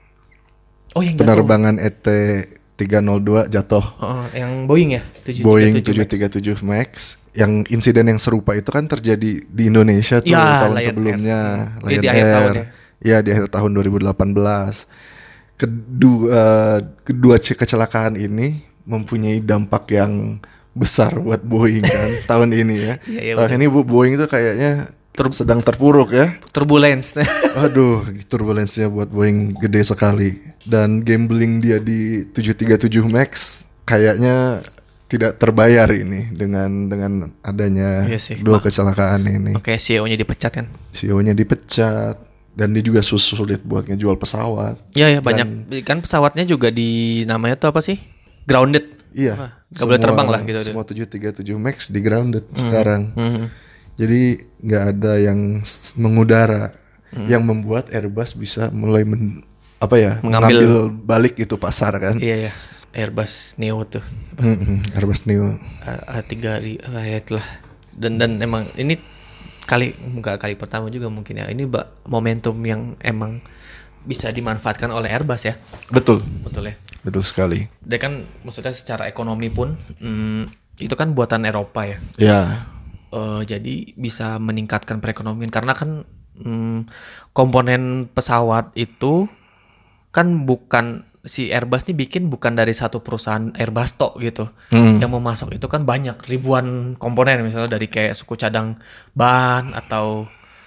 oh yang penerbangan E T tiga nol dua jatuh oh, yang Boeing ya Boeing tujuh tiga tujuh Max yang insiden yang serupa itu kan terjadi di Indonesia tuh ya, tahun Lion sebelumnya Air. Lion di Air Air tahun ya. Ya di akhir tahun dua ribu delapan belas kedua kedua kecelakaan ini mempunyai dampak yang besar buat Boeing kan tahun ini ya. Iya, iya, tahun bener. ini Bu Boeing itu kayaknya ter- sedang terpuruk ya. Turbulence. Aduh, turbulensinya buat Boeing gede sekali. Dan gambling dia di tujuh tiga tujuh Max kayaknya tidak terbayar ini dengan dengan adanya Iya sih. dua Mak- kecelakaan ini. Oke, C E O-nya dipecat kan? C E O-nya dipecat dan dia juga sus- sulit buat ngejual pesawat. Iya ya, banyak kan pesawatnya juga di namanya tuh apa sih? Grounded. Iya. Wah, nggak boleh terbang lah gitu. Semua tujuh tiga tujuh Max di grounded sekarang. Hmm. Jadi nggak ada yang s- mengudara yang membuat Airbus bisa mulai men- apa ya Mengambil- mengambil balik itu pasar kan. Iya ya. Airbus Neo tuh. Mm-mm, Airbus Neo. A tiga di apa ya itulah. Dan dan emang ini kali enggak kali pertama juga mungkin ya. Ini mbak momentum yang emang bisa dimanfaatkan oleh Airbus ya. Betul, Betul ya. betul sekali. Dan kan maksudnya secara ekonomi pun hmm, itu kan buatan Eropa ya. Ya, Eh, jadi bisa meningkatkan perekonomian karena kan hmm, komponen pesawat itu kan bukan si Airbus nih bikin bukan dari satu perusahaan Airbus tok gitu. Hmm. Yang mau masuk itu kan banyak ribuan komponen misalnya dari kayak suku cadang ban atau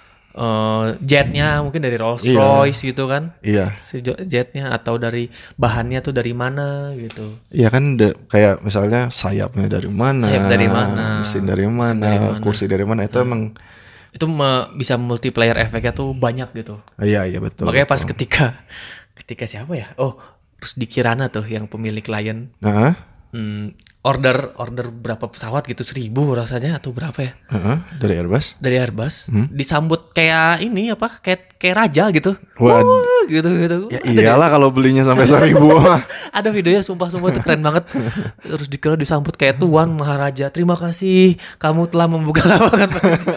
eh, jetnya mungkin dari Rolls Iya. Royce gitu kan. iya, Si jo- jetnya atau dari bahannya tuh dari mana gitu. iya kan de- kayak misalnya sayapnya dari mana, Sayap dari mana, mesin dari mana, dari mana. kursi dari mana itu emang. Itu me- bisa multiplier efeknya tuh banyak gitu. Iya, iya betul. Makanya pas betul. ketika ketika siapa ya? Oh, Rusdi Kirana tuh yang pemilik Lion. Nah, Hmm, order order berapa pesawat gitu seribu rasanya atau berapa ya heeh, dari Airbus. dari Airbus disambut kayak ini apa kayak kayak raja gitu. Wah, Wah, gitu gitu. ya iyalah kalau belinya sampai seribu mah. Ada videonya sumpah-sumpah itu keren banget. Terus dikira disambut kayak tuan maharaja. Terima kasih kamu telah membuka lapangan.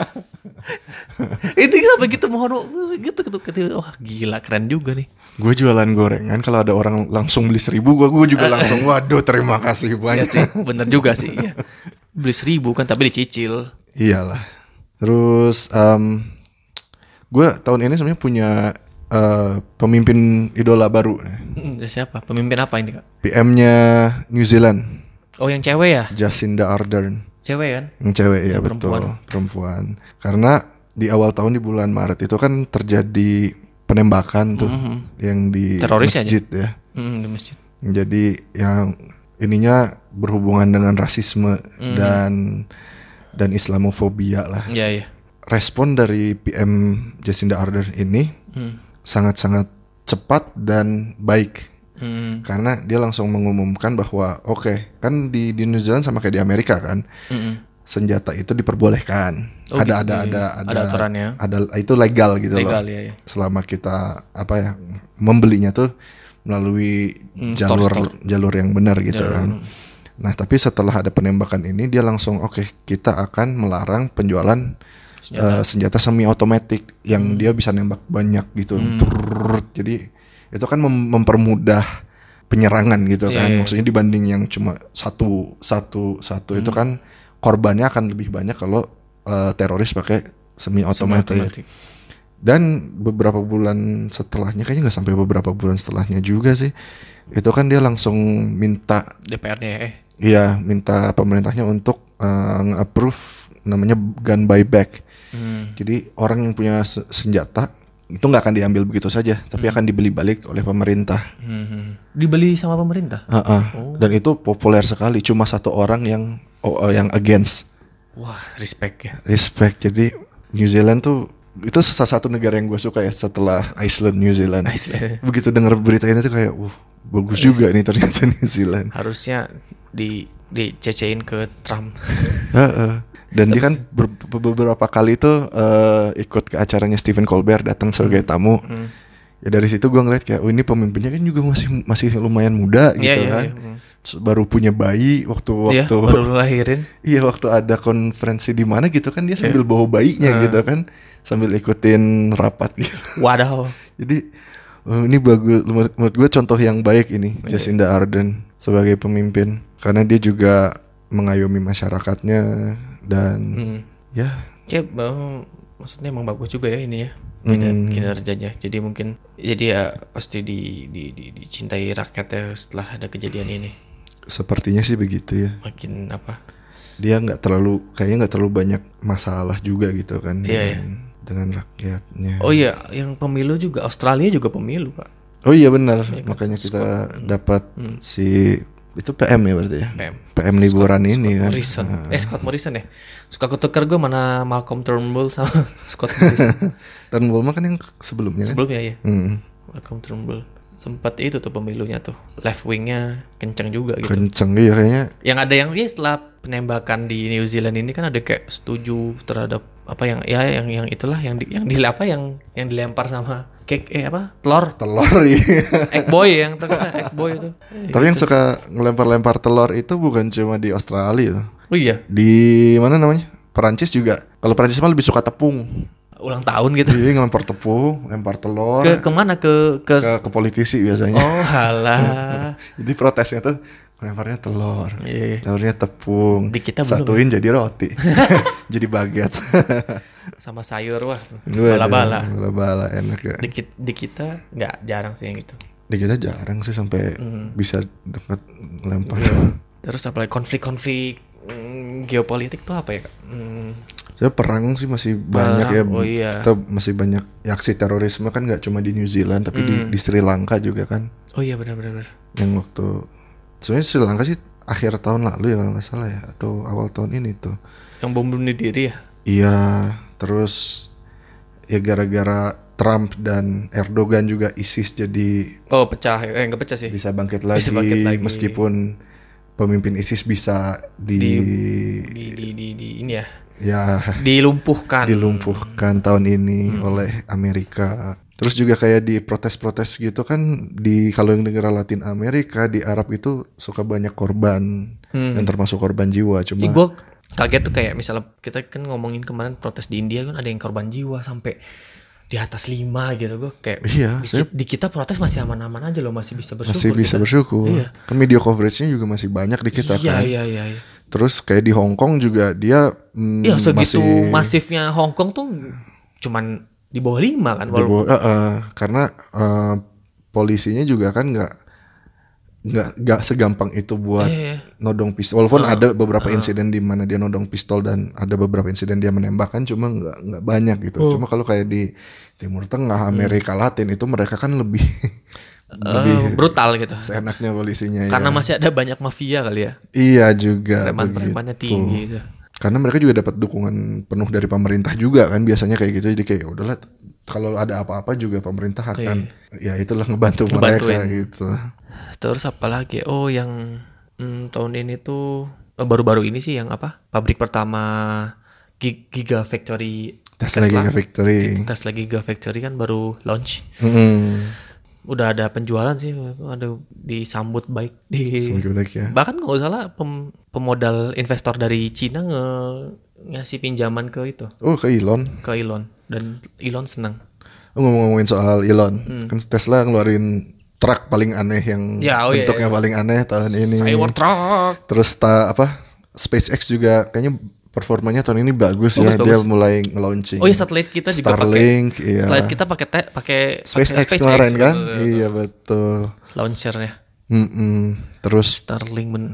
Itu sampai gitu mohon gitu gitu, gitu. Wah gila keren juga nih. Gue jualan gorengan kalau ada orang langsung beli seribu, gue gue juga langsung waduh terima kasih Iya banyak. sih, bener juga sih. Iya. Beli seribu kan tapi dicicil. Iyalah. Terus um, gue tahun ini sebenarnya punya uh, pemimpin idola baru, Hmm, siapa? Pemimpin apa ini kak? P M-nya New Zealand, Oh yang cewek ya? Jacinda Ardern. Cewek kan? Yang cewek ya Yang betul, perempuan. perempuan. Karena di awal tahun di bulan Maret itu kan terjadi penembakan tuh yang di Teroris masjid ya. Hmm, di masjid. Jadi yang ininya berhubungan dengan rasisme dan dan Islamofobia lah. Iya iya. Respon dari P M Jacinda Ardern ini Hmm. sangat-sangat cepat dan baik. Hmm. Karena dia langsung mengumumkan bahwa oke, kan di di New Zealand sama kayak di Amerika kan, Mm-mm. senjata itu diperbolehkan. Oh, ada, gitu, ada iya. ada Ada ada aturannya. ada itu legal gitu Legal loh. ya ya. Selama kita apa ya membelinya tuh melalui Hmm, jalur store-store. jalur yang benar gitu Jalur, kan. Nah, tapi setelah ada penembakan ini dia langsung oke, kita akan melarang penjualan Senjata. eh, senjata semi otomatis yang dia bisa nembak banyak gitu. Trrrr. Jadi itu kan mem- mempermudah penyerangan gitu Iya, kan. iya, Maksudnya dibanding yang cuma satu satu satu itu kan korbannya akan lebih banyak kalau eh, teroris pakai semi otomatis. Otomatis. Dan beberapa bulan setelahnya, kayaknya nggak sampai beberapa bulan setelahnya juga sih, itu kan dia langsung minta, D P R-nya eh. iya minta pemerintahnya untuk uh, nge-approve namanya gun buyback. Hmm. Jadi orang yang punya se- senjata itu nggak akan diambil begitu saja, tapi akan dibeli balik oleh pemerintah. Hmm. Dibeli sama pemerintah. Uh-uh. Dan itu populer sekali, cuma satu orang yang oh, uh, yang against. Wah, respect ya. Respect. Jadi New Zealand tuh itu salah satu negara yang gue suka ya setelah Iceland, New Zealand. Iceland. Begitu dengar berita ini tuh kayak, wah bagus juga nih ternyata New Zealand. Harusnya di dicecein ke Trump. Heeh. Dan dia kan ber- beberapa kali tuh eh, ikut ke acaranya Stephen Colbert, datang sebagai tamu. Hmm. Ya dari situ gue ngeliat kayak, oh ini pemimpinnya kan juga masih masih lumayan muda gitu Iya, iya, kan. iya. Hmm. Terus baru punya bayi waktu Iya, waktu baru lahirin. iya waktu ada konferensi di mana gitu kan dia sambil bawa bayinya Hmm. gitu kan, sambil ikutin rapat gitu. Wadaw. Jadi oh, ini bagus menurut, menurut gue contoh yang baik ini Iya. Jacinda Ardern sebagai pemimpin, karena dia juga mengayomi masyarakatnya dan Hmm. ya Ya, eh, maksudnya emang bagus juga ya ini ya. kiner- Hmm. kinerjanya. Jadi mungkin jadi ya pasti di, di, di dicintai rakyatnya setelah ada kejadian ini. Sepertinya sih begitu ya. Makin apa? Dia nggak terlalu kayaknya nggak terlalu banyak masalah juga gitu kan Iya, dengan, dengan rakyatnya. Oh iya, yang pemilu juga Australia juga pemilu, Pak. Oh iya benar, Iya kan? makanya kita Scott. dapat Hmm. si itu P M ya berarti ya. P M. P M liburan Scott- ini Scott kan. Morrison. Ah. Eh Scott Morrison ya. Suka ketukar gue mana Malcolm Turnbull sama Scott Morrison. Dan Bulma kan yang sebelumnya kan. Sebelumnya ya. Hmm. Malcolm Turnbull. Sempat itu tuh pemilunya tuh. Left wingnya kenceng juga gitu. Kenceng iya kayaknya. Yang ada yang dia setelah penembakan di New Zealand ini kan ada kayak setuju terhadap apa yang ya yang yang itulah yang di, yang di apa yang yang dilempar sama cake eh apa telur Telur iya. egg boy yang terkena egg boy itu. Tapi yang suka ngelempar-lempar telur itu bukan cuma di Australia. Oh iya, Di mana namanya? Perancis juga. Kalau Perancis mah lebih suka tepung. ulang tahun gitu. Jadi ngelempar tepung, lempar telur Ke kemana ke ke, ke, ke politisi biasanya. Oh halah. Jadi protesnya tuh lemparnya telur, Iya. telurnya tepung, Di kita belum. satuin jadi roti, jadi baget. Sama sayur wah Waduh, bala-bala. Bala-bala enak ya. Di, ki- di kita nggak jarang sih yang gitu. Di kita jarang sih sampai Hmm. bisa dekat lempar. Terus apalagi konflik-konflik mm, geopolitik tuh apa ya Kak? Hmm, Saya perang sih masih banyak Perang, ya. oh iya. Kita masih banyak ya, aksi terorisme kan nggak cuma di New Zealand tapi di, Hmm. di Sri Lanka juga kan. oh iya benar-benar. Yang waktu sebenarnya Sri Lanka sih akhir tahun lalu ya kalau nggak salah ya atau awal tahun ini tuh. Yang bom bunuh diri ya? Iya, terus ya gara-gara Trump dan Erdogan juga ISIS jadi Oh pecah, eh nggak pecah sih. bisa bangkit lagi, Bisa bangkit lagi. meskipun pemimpin ISIS bisa di, Di, di, di, di, di ini ya, ya dilumpuhkan. dilumpuhkan tahun ini Hmm. oleh Amerika. Terus juga kayak di protes-protes gitu kan di kalau yang negara Latin Amerika di Arab itu suka banyak korban Hmm. dan termasuk korban jiwa. Cuma Gue kaget tuh kayak misalnya kita kan ngomongin kemarin protes di India kan ada yang korban jiwa sampai di atas lima gitu. Gue kayak Iya, di, saya- ki- di kita protes masih aman-aman aja loh, masih bisa bersyukur. masih bisa kita. bersyukur. Iya. Kan media coveragenya juga masih banyak di kita Iya kan. iya iya. iya. Terus kayak di Hong Kong juga dia mm, Iya segitu masih masifnya Hong Kong tuh cuman di bawah lima kan di walaupun bawah- eh, eh, karena eh, polisinya juga kan nggak nggak nggak segampang itu buat Iya, iya. nodong pistol. Walaupun Ah, ada beberapa insiden di mana dia nodong pistol dan ada beberapa insiden dia menembak kan, cuma nggak nggak banyak gitu. Oh. Cuma kalau kayak di Timur Tengah, Amerika Latin itu mereka kan lebih Eh, lebih brutal gitu. seenaknya polisinya. Karena ya. masih ada banyak mafia kali ya. Iya juga. Preman-premannya begitu. tinggi gitu. Karena mereka juga dapat dukungan penuh dari pemerintah juga kan biasanya kayak gitu. Jadi kayak "Ya udahlah kalau ada apa-apa juga pemerintah akan ya itulah ngebantu mereka Ngebantuin. gitu. Terus apa lagi? Oh yang hmm, tahun ini tuh oh, baru-baru ini sih yang apa? Pabrik pertama Gi- Gigafactory Tesla Gigafactory. Tesla Gigafactory kan baru launch. Mm-mm. Udah ada penjualan sih, ada disambut baik di Semoga baik ya. bahkan nggak salah pem, pemodal investor dari Cina nge, ngasih pinjaman ke itu Oh ke Elon. ke Elon dan Elon senang. Oh, ngomong-ngomongin soal Elon, Hmm. kan Tesla ngeluarin truk paling aneh yang Ya, oh iya, bentuknya iya. paling aneh tahun ini. Cybertruck. Terus ta, apa SpaceX juga kayaknya performanya tahun ini bagus, ya. Bagus, Dia bagus. mulai nge-launching. Oh iya satelit kita juga pakai. Starlink, iya. Satelit kita pakai te- pakai SpaceX pakai kemarin kan? betul, betul. Iya betul. Launchernya Mm-mm. Terus Starlink men.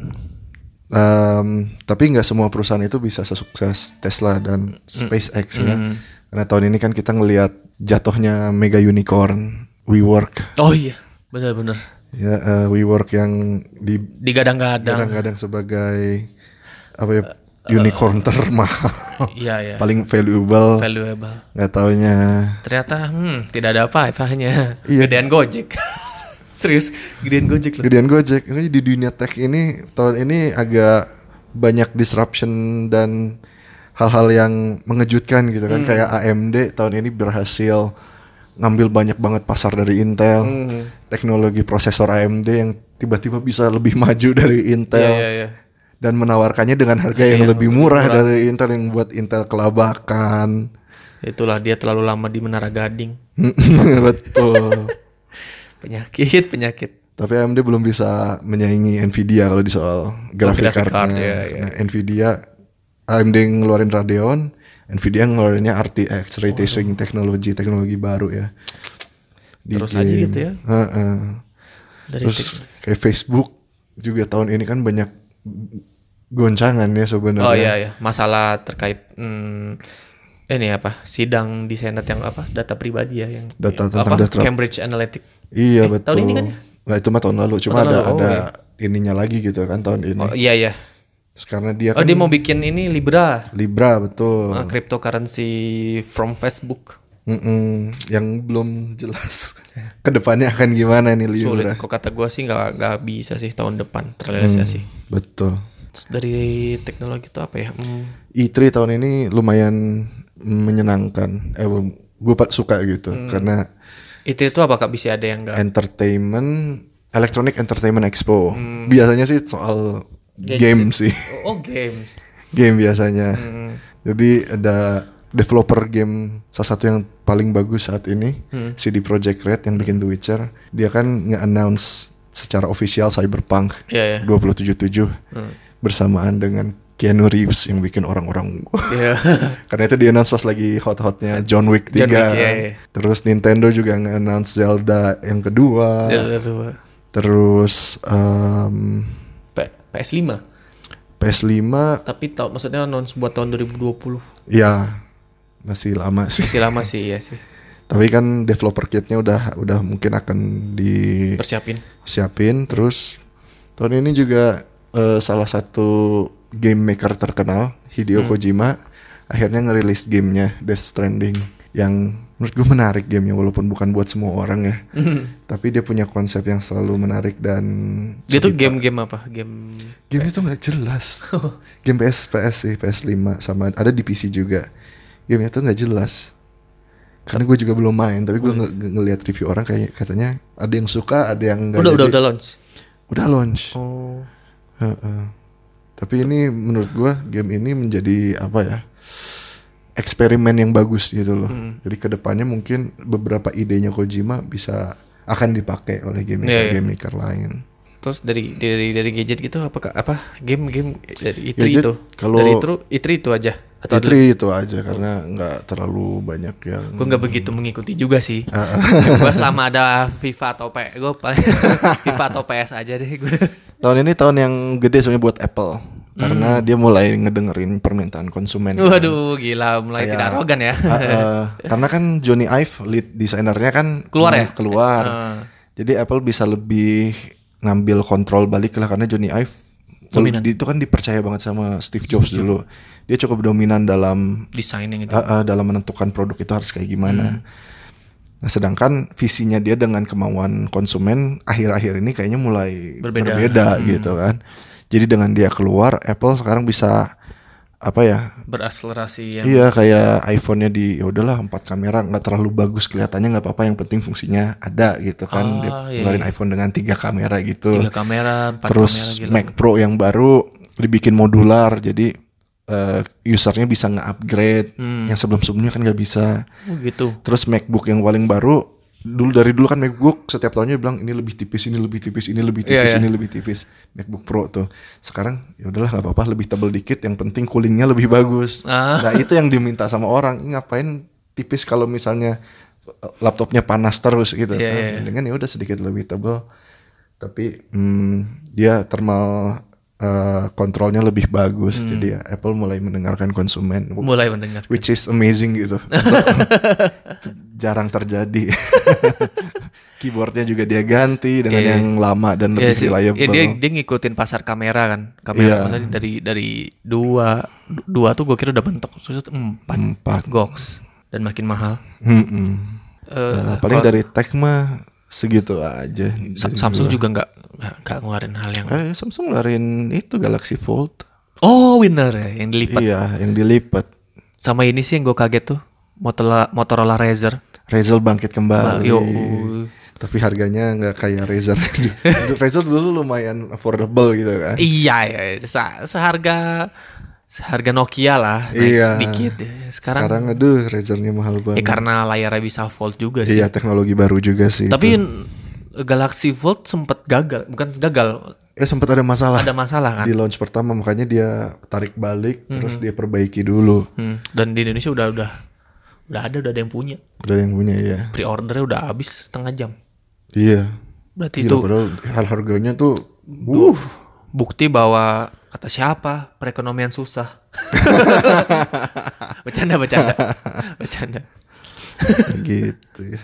Um, tapi nggak semua perusahaan itu bisa sesukses Tesla dan SpaceX ya. Mm. Karena tahun ini kan kita ngelihat jatuhnya mega unicorn WeWork. Oh iya, benar-benar. Ya, eh, WeWork yang di Digadang-gadang. kadang-kadang sebagai apa ya unicorn termahal, Iya ya. paling valuable. Valuable. Nggak taunya. Ternyata hmm, tidak ada apa-apanya. Iya. Gedean Gojek. Serius, gedean Gojek loh. Gedean Gojek. Makanya di dunia tech ini tahun ini agak banyak disruption dan hal-hal yang mengejutkan gitu kan. Hmm. Kayak A M D tahun ini berhasil ngambil banyak banget pasar dari Intel. Hmm. Teknologi prosesor A M D yang tiba-tiba bisa lebih maju dari Intel. Iya iya iya. Dan menawarkannya dengan harga yang Iya, lebih murah, murah. dari Intel yang buat Intel kelabakan. Itulah dia terlalu lama di Menara Gading. Betul. Penyakit, penyakit. Tapi A M D belum bisa menyaingi Nvidia kalau di soal grafik graphic card-nya. card, iya, iya. Nah, Nvidia, A M D ngeluarin Radeon, Nvidia ngeluarinnya R T X, ray tracing teknologi teknologi baru ya. Di Terus game. aja gitu ya. Uh-uh. Dari Terus kayak Facebook juga tahun ini kan banyak goncangan ya sebenarnya. Oh iya ya, masalah terkait hmm, ini apa? Sidang di Senat yang apa? Data pribadi ya yang Data apa? tentang data. Cambridge Analytica. Iya Eh, betul. tahun ini kan ya? Nggak, itu mah tahun lalu. Cuma Oh, tahun ada lalu. Oh, ada iya. ininya lagi gitu kan tahun ini. Oh iya iya. Terus karena dia Oh kan dia mau bikin ini Libra, Libra betul. uh, cryptocurrency from Facebook. Mm-mm, yang belum jelas kedepannya akan gimana nih Libra. Sulit. Kok kata gue sih nggak nggak bisa sih tahun depan terrealisasi. Hmm, betul. Terus dari teknologi itu apa ya? Hmm. E tiga tahun ini lumayan menyenangkan. Eh, gue suka gitu Hmm. karena Itu itu apa kak bisa ada yang enggak? entertainment, Electronic Entertainment Expo. Hmm. Biasanya sih soal Gadget. game sih, Oh games. game biasanya. Hmm. Jadi ada developer game salah satu yang paling bagus saat ini, Hmm. C D Projekt Red yang bikin The Witcher. Dia kan nge-announce secara official Cyberpunk Iya ya. dua ribu tujuh puluh tujuh Hmm. bersamaan dengan Keanu Reeves yang bikin orang-orang Iya. karena itu dia announce pas lagi hot-hotnya John Wick tiga. John Wick, iya, iya. Terus Nintendo juga nge-announce Zelda yang kedua. Zelda dua. Terus um, P- PS5. P S lima Tapi tau maksudnya announce buat tahun dua ribu dua puluh. ya masih lama sih. Masih lama sih ya sih. Tapi kan developer kitnya udah udah mungkin akan Persiapin. disiapin. Terus tahun ini juga eh, salah satu game maker terkenal Hideo Hmm. Kojima akhirnya ngerilis gamenya Death Stranding yang menurut gue menarik gamenya walaupun bukan buat semua orang ya. Tapi dia punya konsep yang selalu menarik dan Dia tuh sekitar- game-game apa? Game Game itu nggak jelas. Game P S P S sih, P S lima sama ada di P C juga. Game itu nggak jelas. Karena gue juga belum main, tapi gue nge- nge- ngeliat review orang kayak katanya ada yang suka, ada yang nggak. udah udah jadi. udah launch. Udah launch. Oh. Heeh. Tapi ini menurut gue game ini menjadi apa ya? Eksperimen yang bagus gitu loh. Hmm. Jadi kedepannya mungkin beberapa idenya Kojima bisa akan dipakai oleh game maker Iya, iya. game maker lain. Terus dari dari dari gadget gitu apa apa game-game dari I tiga Gadget, itu? kalau- dari itu I tiga itu aja atau E tiga itu aja karena nggak terlalu banyak yang. gue nggak begitu mengikuti juga sih. Ah, Gue selama ada FIFA atau P gue paling FIFA atau P S aja deh gue. Tahun ini tahun yang gede sebenarnya buat Apple karena dia mulai ngedengerin permintaan konsumen. Waduh gila mulai Kayak- tidak arogan ya. Ah, ah. Karena kan Johnny Ive lead desainernya kan Keluar ya? Keluar. Ah. Jadi Apple bisa lebih ngambil kontrol balik lah karena Johnny Ive Dominan. di- itu kan dipercaya banget sama Steve Jobs dulu. Dia cukup dominan dalam Desainnya gitu. ah, ah, dalam menentukan produk itu harus kayak gimana. Nah, sedangkan visinya dia dengan kemauan konsumen akhir-akhir ini kayaknya mulai Berbeda. berbeda, gitu kan. Jadi dengan dia keluar, Apple sekarang bisa apa ya? Berakselerasi yang Iya kayak iPhone-nya di ya udahlah empat kamera nggak terlalu bagus kelihatannya nggak apa-apa yang penting fungsinya ada gitu kan. Ah, Dia iya, ngeluarin iya. iPhone dengan tiga kamera gitu. tiga kamera, empat Terus kamera gila. Mac Pro yang baru dibikin modular jadi eh, usernya bisa nge-upgrade Hmm. yang sebelum-sebelumnya kan nggak bisa. Oh, gitu. Terus MacBook yang paling baru dulu dari dulu kan MacBook setiap tahunnya bilang ini lebih tipis, ini lebih tipis, ini lebih Iya, tipis, iya. ini lebih tipis. MacBook Pro tuh. Sekarang ya udahlah nggak apa-apa lebih tebal dikit, yang penting coolingnya lebih bagus. Ah. Nah itu yang diminta sama orang. Ini ngapain tipis kalau misalnya laptopnya panas terus gitu. Iya, Nah, iya, iya. mendingan ya udah sedikit lebih tebal. Tapi hmm, dia thermal eh, kontrolnya lebih bagus. Hmm. Jadi ya Apple mulai mendengarkan konsumen. Mulai mendengar. Which is amazing gitu. Itu jarang terjadi. Keyboardnya juga dia ganti dengan Iya. yang lama dan Iya lebih sih. reliable. Ya, dia dia ngikutin pasar kamera kan. Kamera Iya. maksudnya dari dari dua du- dua tuh gue kira udah bentuk terus empat Empat. goks dan makin mahal. Mm-mm. Eh, Nah, paling kalau dari tech mah segitu aja. Sa- dari Samsung gua. juga nggak nggak nggak ngeluarin hal yang. Eh, Samsung ngeluarin itu Galaxy Fold. Oh winner ya yang dilipat. Iya, yang dilipat. Sama ini sih yang gue kaget tuh Motorola Motorola Razr. Razer bangkit kembali. Yo. Tapi harganya nggak kayak Razer. Razer dulu lumayan affordable gitu kan. Iya ya se- seharga seharga Nokia lah naik Iya. dikit ya. Sekarang, Sekarang aduh Razernya mahal ya banget. karena layarnya bisa fold juga sih. Iya, teknologi baru juga sih. Tapi itu. n- Galaxy Fold sempat gagal, bukan gagal, ya sempat ada masalah ada masalah kan. di launch pertama, makanya dia tarik balik hmm. terus dia perbaiki dulu. Hmm. Dan di Indonesia udah udah udah ada udah ada yang punya. Udah ada yang punya ya. Pre-ordernya udah habis setengah jam. Iya. Berarti Gila, itu padahal hal harganya tuh uh. bukti bahwa kata siapa perekonomian susah. bercanda bercanda bercanda. Gitu ya.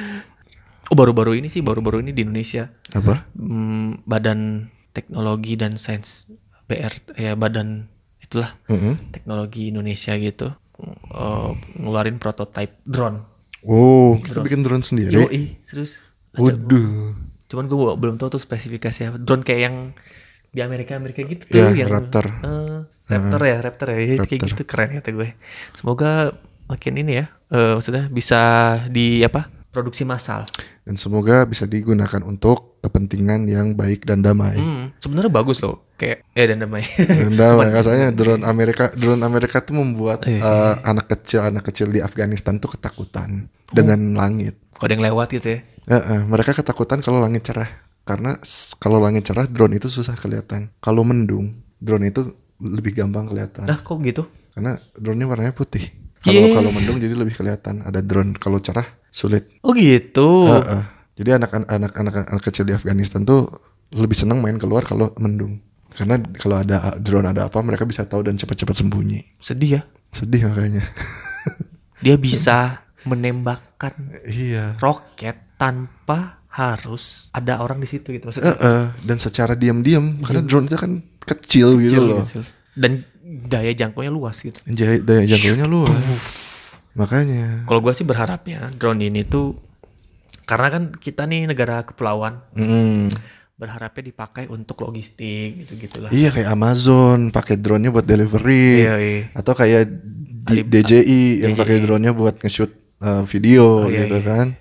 Oh baru-baru ini sih baru-baru ini di Indonesia. Apa? Hmm, Badan Teknologi dan Sains B R ya badan itulah Mm-hmm. teknologi Indonesia gitu uh, ngeluarin prototype drone. Oh, kita drone. bikin drone sendiri. Yoi, serius. Waduh. Cuman gue belum tahu tuh spesifikasinya. Drone kayak yang di Amerika Amerika gitu tuh ya, yang Raptor. Uh, Raptor uh, ya, Raptor ya. Raptor. Kayak gitu keren kata gue. Semoga makin ini ya. Uh, maksudnya bisa di apa? Produksi massal. Dan semoga bisa digunakan untuk kepentingan yang baik dan damai. Hmm, sebenarnya bagus loh, kayak eh dan damai. Dan damai, rasanya drone Amerika, drone Amerika tuh membuat eh. uh, anak kecil, anak kecil di Afghanistan tuh ketakutan oh. dengan langit. Kalau ada yang lewat gitu ya? Uh, uh, mereka ketakutan kalau langit cerah, karena kalau langit cerah drone itu susah kelihatan. Kalau mendung, drone itu lebih gampang kelihatan. Nah, kok gitu? Karena drone-nya warnanya putih. Kalau kalau mendung jadi lebih kelihatan. Ada drone kalau cerah sulit. Oh gitu. Uh, uh. Jadi anak-anak anak-anak kecil di Afghanistan tuh lebih senang main keluar kalau mendung. Karena kalau ada drone ada apa mereka bisa tahu dan cepat-cepat sembunyi. Sedih ya? Sedih makanya. Dia bisa menembakkan iya. roket tanpa harus ada orang di situ gitu maksudnya. Uh, uh. Dan secara diam-diam karena drone itu kan kecil, kecil gitu loh. Kecil. Dan daya jangkaunya luas gitu. Daya, daya jangkaunya luas. Makanya. Kalau gue sih berharapnya drone ini tuh karena kan kita nih negara kepulauan, mm. berharapnya dipakai untuk logistik gitu gitulah. Iya kayak Amazon pakai drone-nya buat delivery, iya, iya. Atau kayak D- D J I yang pakai drone-nya buat nge-shoot uh, video oh, iya, gitu iya. kan.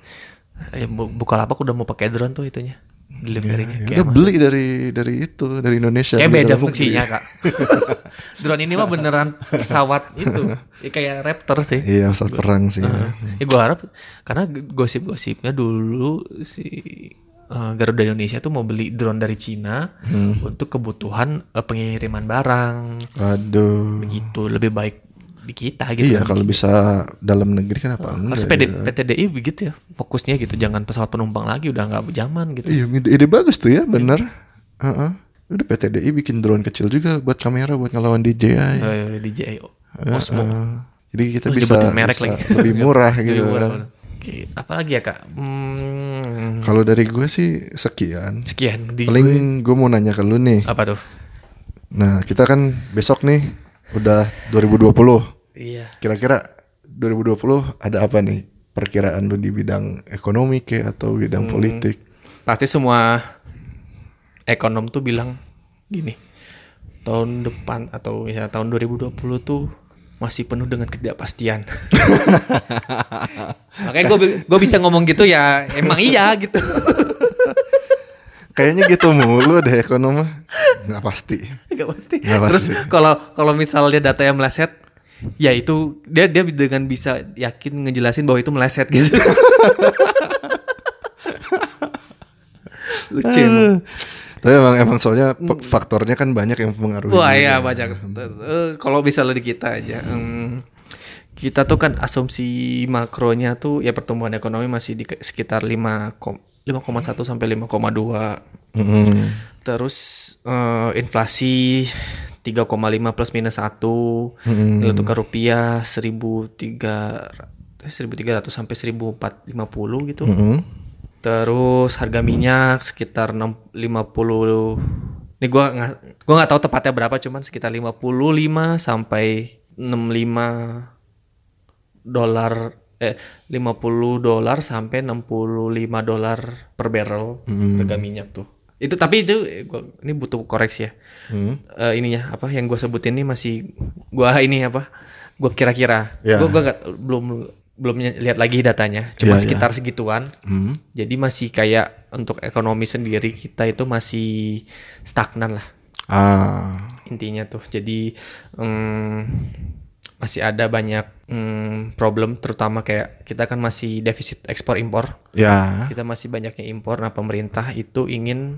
Ya, Bukalapak udah mau pakai drone tuh itunya. Deliverynya. Ya, udah beli dari dari itu dari Indonesia. Kayak beda fungsinya kak. Drone ini mah beneran pesawat itu, ya, kayak Raptor sih. Iya pesawat perang sih. Uh, ya gue harap karena gosip-gosipnya dulu si uh, Garuda Indonesia tuh mau beli drone dari Cina hmm. untuk kebutuhan uh, pengiriman barang. Aduh. Begitu lebih baik di kita gitu. Iya kan, kalau bisa dalam negeri kan apa uh, harus P T D I begitu ya fokusnya gitu, jangan pesawat penumpang lagi udah nggak zaman gitu. Iya ide bagus tuh ya bener. Uh -uh. Udah P T D I bikin drone kecil juga buat kamera buat ngelawan D J I. Oh, iya, D J I Osmo. Uh, uh. Jadi kita oh, bisa, merek bisa lagi. Lebih murah gitu. Lebih murah. Oke, apalagi ya kak? Hmm. Kalau dari gue sih sekian. Sekian. Di Paling gue mau nanya ke lu nih. Apa tuh? Nah kita kan besok nih udah dua ribu dua puluh. Iya. Kira-kira dua ribu dua puluh ada apa nih perkiraan lu di bidang ekonomi kayak atau bidang hmm. politik? Pasti semua ekonom tuh bilang gini, tahun depan atau ya tahun dua ribu dua puluh tuh masih penuh dengan ketidakpastian. Makanya gue gue bisa ngomong gitu ya emang iya gitu. Kayaknya gitu mulu deh ekonom. Nggak pasti. Nggak pasti. Nggak pasti. Terus kalau kalau misalnya datanya meleset, ya itu dia dia dengan bisa yakin ngejelasin bahwa itu meleset gitu. Lucu emang. Tapi emang emang soalnya faktornya kan banyak yang mempengaruhi. Wah iya banyak. Uh, kalau misalnya di kita aja, um, kita tuh kan asumsi makronya tuh ya pertumbuhan ekonomi masih di sekitar lima koma satu sampai lima koma dua. Mm-hmm. Terus uh, inflasi tiga koma lima plus minus satu. Mm-hmm. Nilai tukar rupiah seribu tiga ratus sampai seribu empat ratus lima puluh gitu. Mm-hmm. Terus harga minyak sekitar lima puluh. Ini gua enggak gua enggak tahu tepatnya berapa, cuman sekitar lima puluh lima sampai enam puluh lima dolar eh lima puluh dolar sampai enam puluh lima dolar per barrel hmm. harga minyak tuh. Itu tapi itu gua ini butuh koreksi ya. Hmm. Uh, ininya apa yang gua sebutin ini masih gua ini apa? Gua kira-kira. Yeah. Gua gua enggak belum belum lihat lagi datanya, cuma yeah, sekitar yeah. segituan. Hmm. Jadi masih kayak untuk ekonomi sendiri kita itu masih stagnan lah. Ah. Intinya tuh. Jadi um, masih ada banyak um, problem, terutama kayak kita kan masih defisit ekspor impor. Ya. Yeah. Kita masih banyaknya impor. Nah pemerintah itu ingin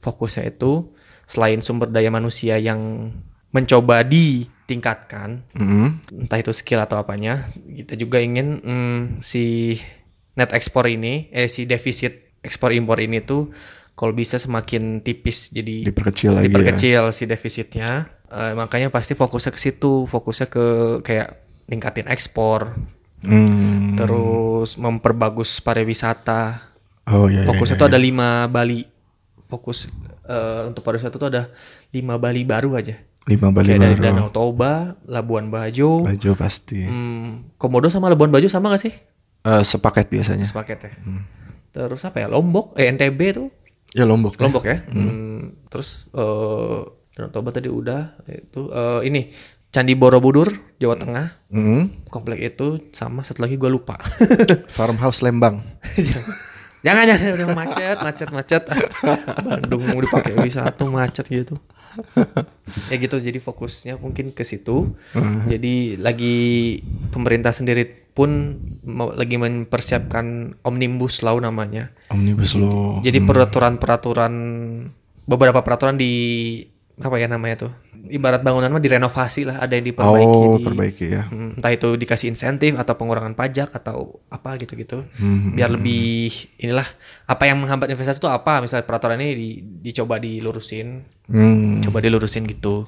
fokusnya itu selain sumber daya manusia yang mencoba ditingkatkan, Mm. entah itu skill atau apanya, kita juga ingin mm, si net ekspor ini, eh si defisit ekspor impor ini tuh kalau bisa semakin tipis, jadi Diperkecil lagi diperkecil si defisitnya. Eh, makanya pasti fokusnya ke situ, fokusnya ke kayak ningkatin ekspor, ya. Hmm. terus memperbagus pariwisata. Oh iya. Fokusnya iya, tuh iya. ada lima Bali. Fokus eh, untuk pariwisata tuh ada lima Bali baru aja. Lima Bali Kayak dari baru. Danau Toba, Labuan Bajo, Baju pasti. hmm, Komodo sama Labuan Bajo sama gak sih? Eh, sepaket biasanya. Sepaket ya. Terus apa ya? Lombok, eh N T B tuh. Ya Lombok. Lombok ya. Hmm. Terus eh Danau Toba tadi udah itu eh, ini Candi Borobudur Jawa Tengah. Mm. Komplek itu sama satu lagi gue lupa. Farmhouse Lembang. Jangan jangan udah macet macet macet. Bandung mau dipakai wisata macet gitu. Ya gitu, jadi fokusnya mungkin ke situ. Hmm. Jadi lagi pemerintah sendiri pun mau, lagi mempersiapkan Omnibus Law namanya. Omnibus Law. Jadi peraturan-peraturan beberapa peraturan di apa ya namanya tuh? Ibarat bangunan mah direnovasi lah, ada yang diperbaiki Oh, di, perbaiki ya. Hmm, entah itu dikasih insentif atau pengurangan pajak atau apa gitu-gitu. Hmm. Biar lebih inilah apa yang menghambat investasi itu apa, misalnya peraturan ini di, dicoba dilurusin. Hmm. Coba dilurusin gitu.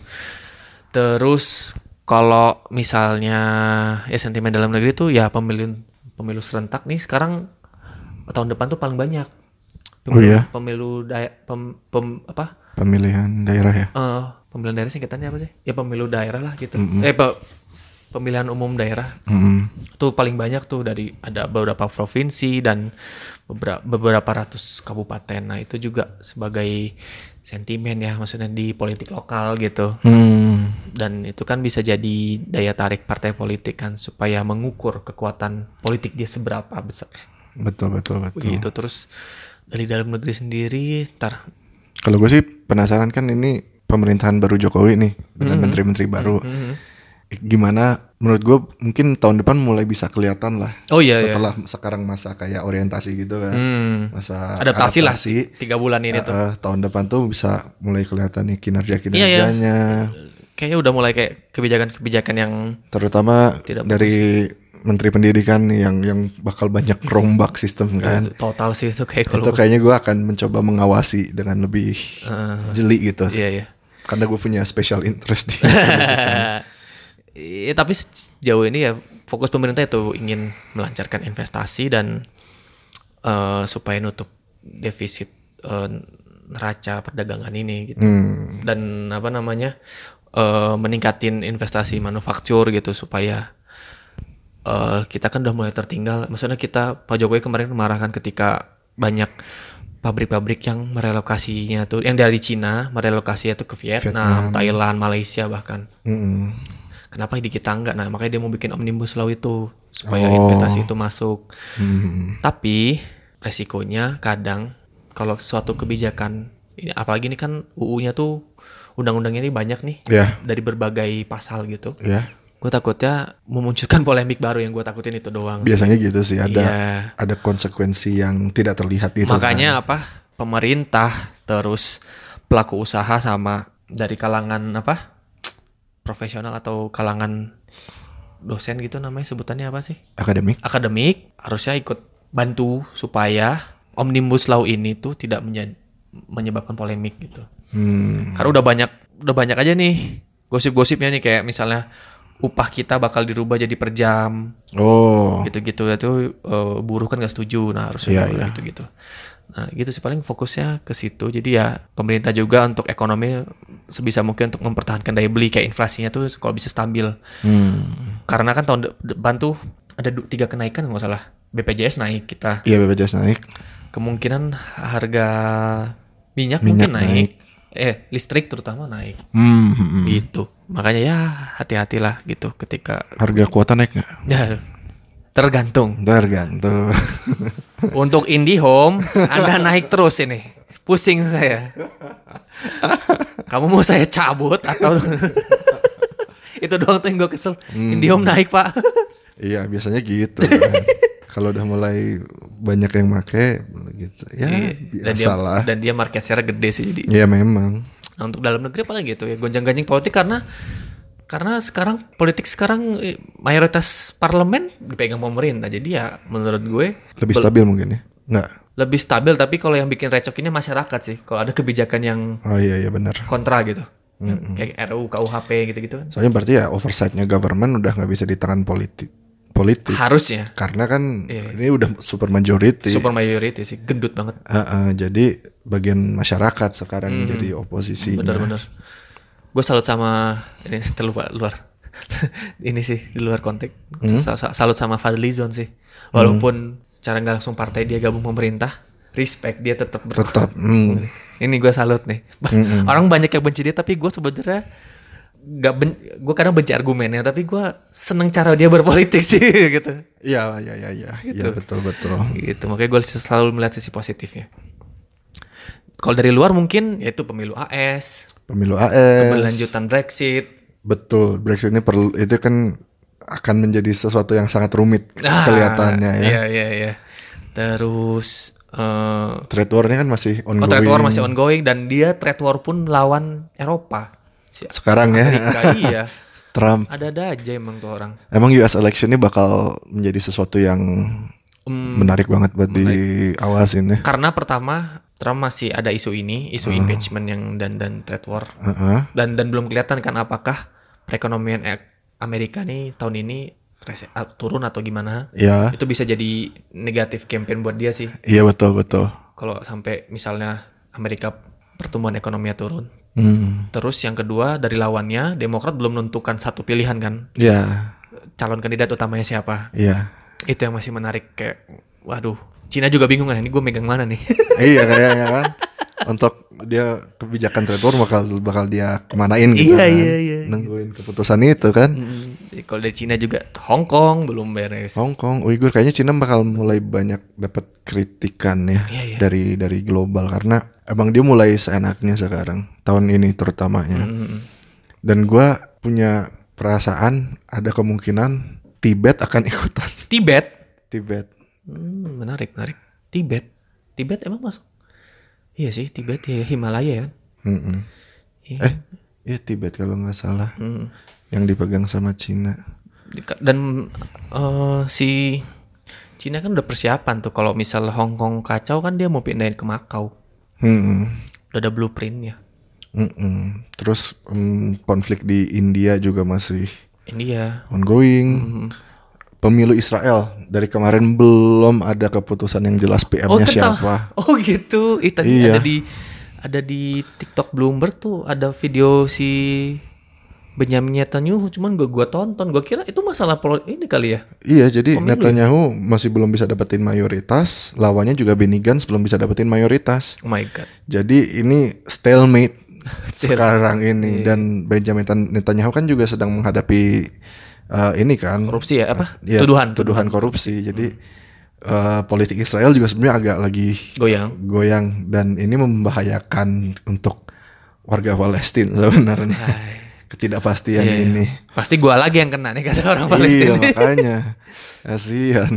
Terus kalau misalnya ya sentimen dalam negeri tuh ya pemilu pemilu serentak nih sekarang tahun depan tuh paling banyak. Oh iya. Pemilu daya, pem, pem, apa? Pemilihan daerah ya. Eh, pemilihan daerah singkatannya apa sih? Ya pemilu daerah lah gitu. Mm-hmm. Eh pe, pemilihan umum daerah. Mm-hmm. Tuh paling banyak tuh dari ada beberapa provinsi dan beberapa beberapa ratus kabupaten. Nah, itu juga sebagai sentimen ya, maksudnya di politik lokal gitu. Hmm. Dan itu kan bisa jadi daya tarik partai politik kan supaya mengukur kekuatan politik dia seberapa besar. Betul betul betul. Gitu. Terus dari dalam negeri sendiri tar Kalau gue sih penasaran kan ini pemerintahan baru Jokowi nih dengan Mhm. menteri-menteri baru. Mhm. Gimana menurut gue mungkin tahun depan mulai bisa kelihatan lah. Oh iya, Setelah sekarang masa kayak orientasi gitu kan. Hmm. Masa adaptasi, lah adaptasi. tiga bulan ini Eh, tuh. eh, tahun depan tuh bisa mulai kelihatan nih Iya, kinerja-kinerjanya. Kayaknya udah mulai kayak kebijakan-kebijakan yang Terutama Tidak dari menteri pendidikan nih yang yang bakal banyak rombak sistem kan. total sih itu kayak Itu kalau kayaknya gue akan mencoba mengawasi dengan lebih jeli gitu. iya ya. Karena gue punya special interest di Eh, tapi sejauh ini ya fokus pemerintah itu ingin melancarkan investasi dan eh, supaya nutup defisit eh, neraca perdagangan ini gitu. Hmm. Dan apa namanya eh, meningkatin investasi manufaktur gitu supaya eh, kita kan udah mulai tertinggal. Maksudnya kita Pak Jokowi kemarin marahkan ketika banyak pabrik-pabrik yang merelokasinya tuh yang dari Cina merelokasinya tuh ke Vietnam, Thailand, Malaysia bahkan. Mm-mm. Kenapa di kita enggak? Nah, makanya dia mau bikin Omnibus Law itu supaya Oh. investasi itu masuk. Hmm. Tapi resikonya kadang kalau suatu kebijakan ini apalagi ini kan U U-nya tuh undang-undangnya ini banyak nih Ya, dari berbagai pasal gitu. ya. Gue takutnya memunculkan polemik baru, yang gue takutin itu doang. Biasanya gitu sih ada Iya. ada konsekuensi yang tidak terlihat gitu. Makanya kan. apa? Pemerintah terus pelaku usaha sama dari kalangan apa? Profesional atau kalangan dosen gitu namanya sebutannya apa sih? Akademik. Akademik harusnya ikut bantu supaya Omnibus Law ini tuh tidak menjadi, menyebabkan polemik gitu. Hmm. Karena udah banyak udah banyak aja nih gosip-gosipnya nih kayak misalnya upah kita bakal dirubah jadi per jam. Oh. Gitu-gitu itu uh, buruh kan gak setuju. Nah, harusnya Iya, dulu iya. gitu-gitu. Nah, gitu sih paling fokusnya ke situ. Jadi ya pemerintah juga untuk ekonomi sebisa mungkin untuk mempertahankan daya beli kayak inflasinya tuh kalau bisa stabil. Hmm. Karena kan tahun de- depan tuh ada du- tiga kenaikan nggak salah. B P J S naik kita. Iya, B P J S naik. Kemungkinan harga minyak, Minyak mungkin naik. naik. Eh, listrik terutama naik. Hmm. hmm, hmm. Gitu. Makanya ya hati-hatilah gitu ketika Harga kuota naik nggak? ya tergantung. Tergantung. Untuk IndiHome Anda naik terus ini. Pusing saya. Kamu mau saya cabut atau itu doang tuh yang gue kesel. IndiHome naik, Pak. Iya, biasanya gitu. Kan. Kalau udah mulai banyak yang make, gitu. Ya Iya. Dan dia biasalah. dan dia market share gede sih jadi. Ya memang. Nah, untuk dalam negeri apalagi gitu ya gonjang-ganjing politik karena karena sekarang politik sekarang eh, mayoritas parlemen dipegang pemerintah. Jadi ya menurut gue Lebih bel- stabil mungkin ya. Enggak. lebih stabil tapi kalau yang bikin recok ini masyarakat sih. Kalau ada kebijakan yang Oh iya iya benar. kontra gitu. Yang kayak R U, K U H P gitu-gitu kan. Soalnya berarti ya oversight-nya government udah nggak bisa di tangan politik. Politik. Harusnya Karena kan ini udah super majority. super majority sih, gendut banget. Heeh, jadi bagian masyarakat sekarang yang jadi oposisinya. Bener-bener. Gue salut sama ini terlupa luar. Ini sih di luar konteks. Sa- sa- Salut sama Fadlizon sih. Walaupun secara nggak langsung partai dia gabung pemerintah, respect dia tetap ber- Tetap. Hmm. Ini gue salut nih. Orang banyak yang benci dia tapi gue sebenarnya nggak ben gue kadang benci argumennya tapi gue seneng cara dia berpolitik sih gitu. Iya iya iya iya. Iya betul betul. Gitu makanya gue selalu melihat sisi positifnya. Kalau dari luar mungkin yaitu pemilu A S, Pemilu A S. keberlanjutan Brexit. Betul. Brexit ini perlu itu kan akan menjadi sesuatu yang sangat rumit Ah, kelihatannya ya. Iya iya iya. Terus eh Trade war-nya kan masih ongoing. oh, trade war masih ongoing dan dia trade war pun lawan Eropa. Si Sekarang ya. Amerika iya. Trump. Ada-ada aja emang tuh orang. Emang U S election ini bakal menjadi sesuatu yang menarik banget buat diawasin ya. Karena pertama Trump masih ada isu ini, isu impeachment yang dan dan trade war. Heeh. Dan dan belum kelihatan kan apakah perekonomian e- Amerika nih tahun ini rese- ah, turun atau gimana. Iya. Itu bisa jadi negatif campaign buat dia sih. Iya betul betul. Kalau sampai misalnya Amerika pertumbuhan ekonominya turun. Hmm. Terus yang kedua dari lawannya Demokrat belum menentukan satu pilihan kan. Iya. Calon kandidat utamanya siapa. Iya. Itu yang masih menarik kayak waduh. Cina juga bingung kan ini gue megang mana nih. Iya kayaknya kan. Untuk dia kebijakan trade war bakal bakal dia kemanain gitu Iya, kan. iya, iya. Nungguin keputusan itu kan. Hmm, kalau dari Cina juga Hong Kong belum beres. Hong Kong, Uighur kayaknya Cina bakal mulai banyak dapat kritikan ya Iya, iya. dari dari global karena emang dia mulai seenaknya sekarang tahun ini terutamanya. Hmm. Dan gua punya perasaan ada kemungkinan Tibet akan ikutan. Tibet. Tibet. Hmm, menarik, menarik. Tibet. Tibet emang masuk? Iya sih, Tibet ya Himalaya kan. Mm-mm. Iya. Eh, ya Tibet kalau nggak salah. Hmm. Yang dipegang sama Cina. Dan eh, si Cina kan udah persiapan tuh kalau misal Hong Kong kacau kan dia mau pindahin ke Makau. Mm-mm. Udah ada blueprintnya. Mm-mm. Terus mm, konflik di India juga masih India. ongoing. Pemilu Israel dari kemarin belum ada keputusan yang jelas P M-nya keta- siapa. Oh gitu. Ih, tadi Iya. ada di ada di TikTok Bloomberg tuh ada video si Benjamin Netanyahu cuman gue gua tonton. Gue kira itu masalah pol- ini kali ya. Iya, jadi Pemilu Netanyahu masih belum bisa dapetin mayoritas, lawannya juga Benny Gantz belum bisa dapetin mayoritas. Oh my god. Jadi ini stalemate Still. sekarang ini dan Benjamin Netanyahu kan juga sedang menghadapi uh, ini kan Korupsi ya apa? ya, tuduhan, tuduhan korupsi. Jadi uh, politik Israel juga sebenarnya agak lagi goyang. goyang dan ini membahayakan untuk warga Palestina sebenarnya. Hai. Ketidakpastian Iya, iya. ini. Pasti gua lagi yang kena nih kata orang Palestina. Iya makanya kasihan.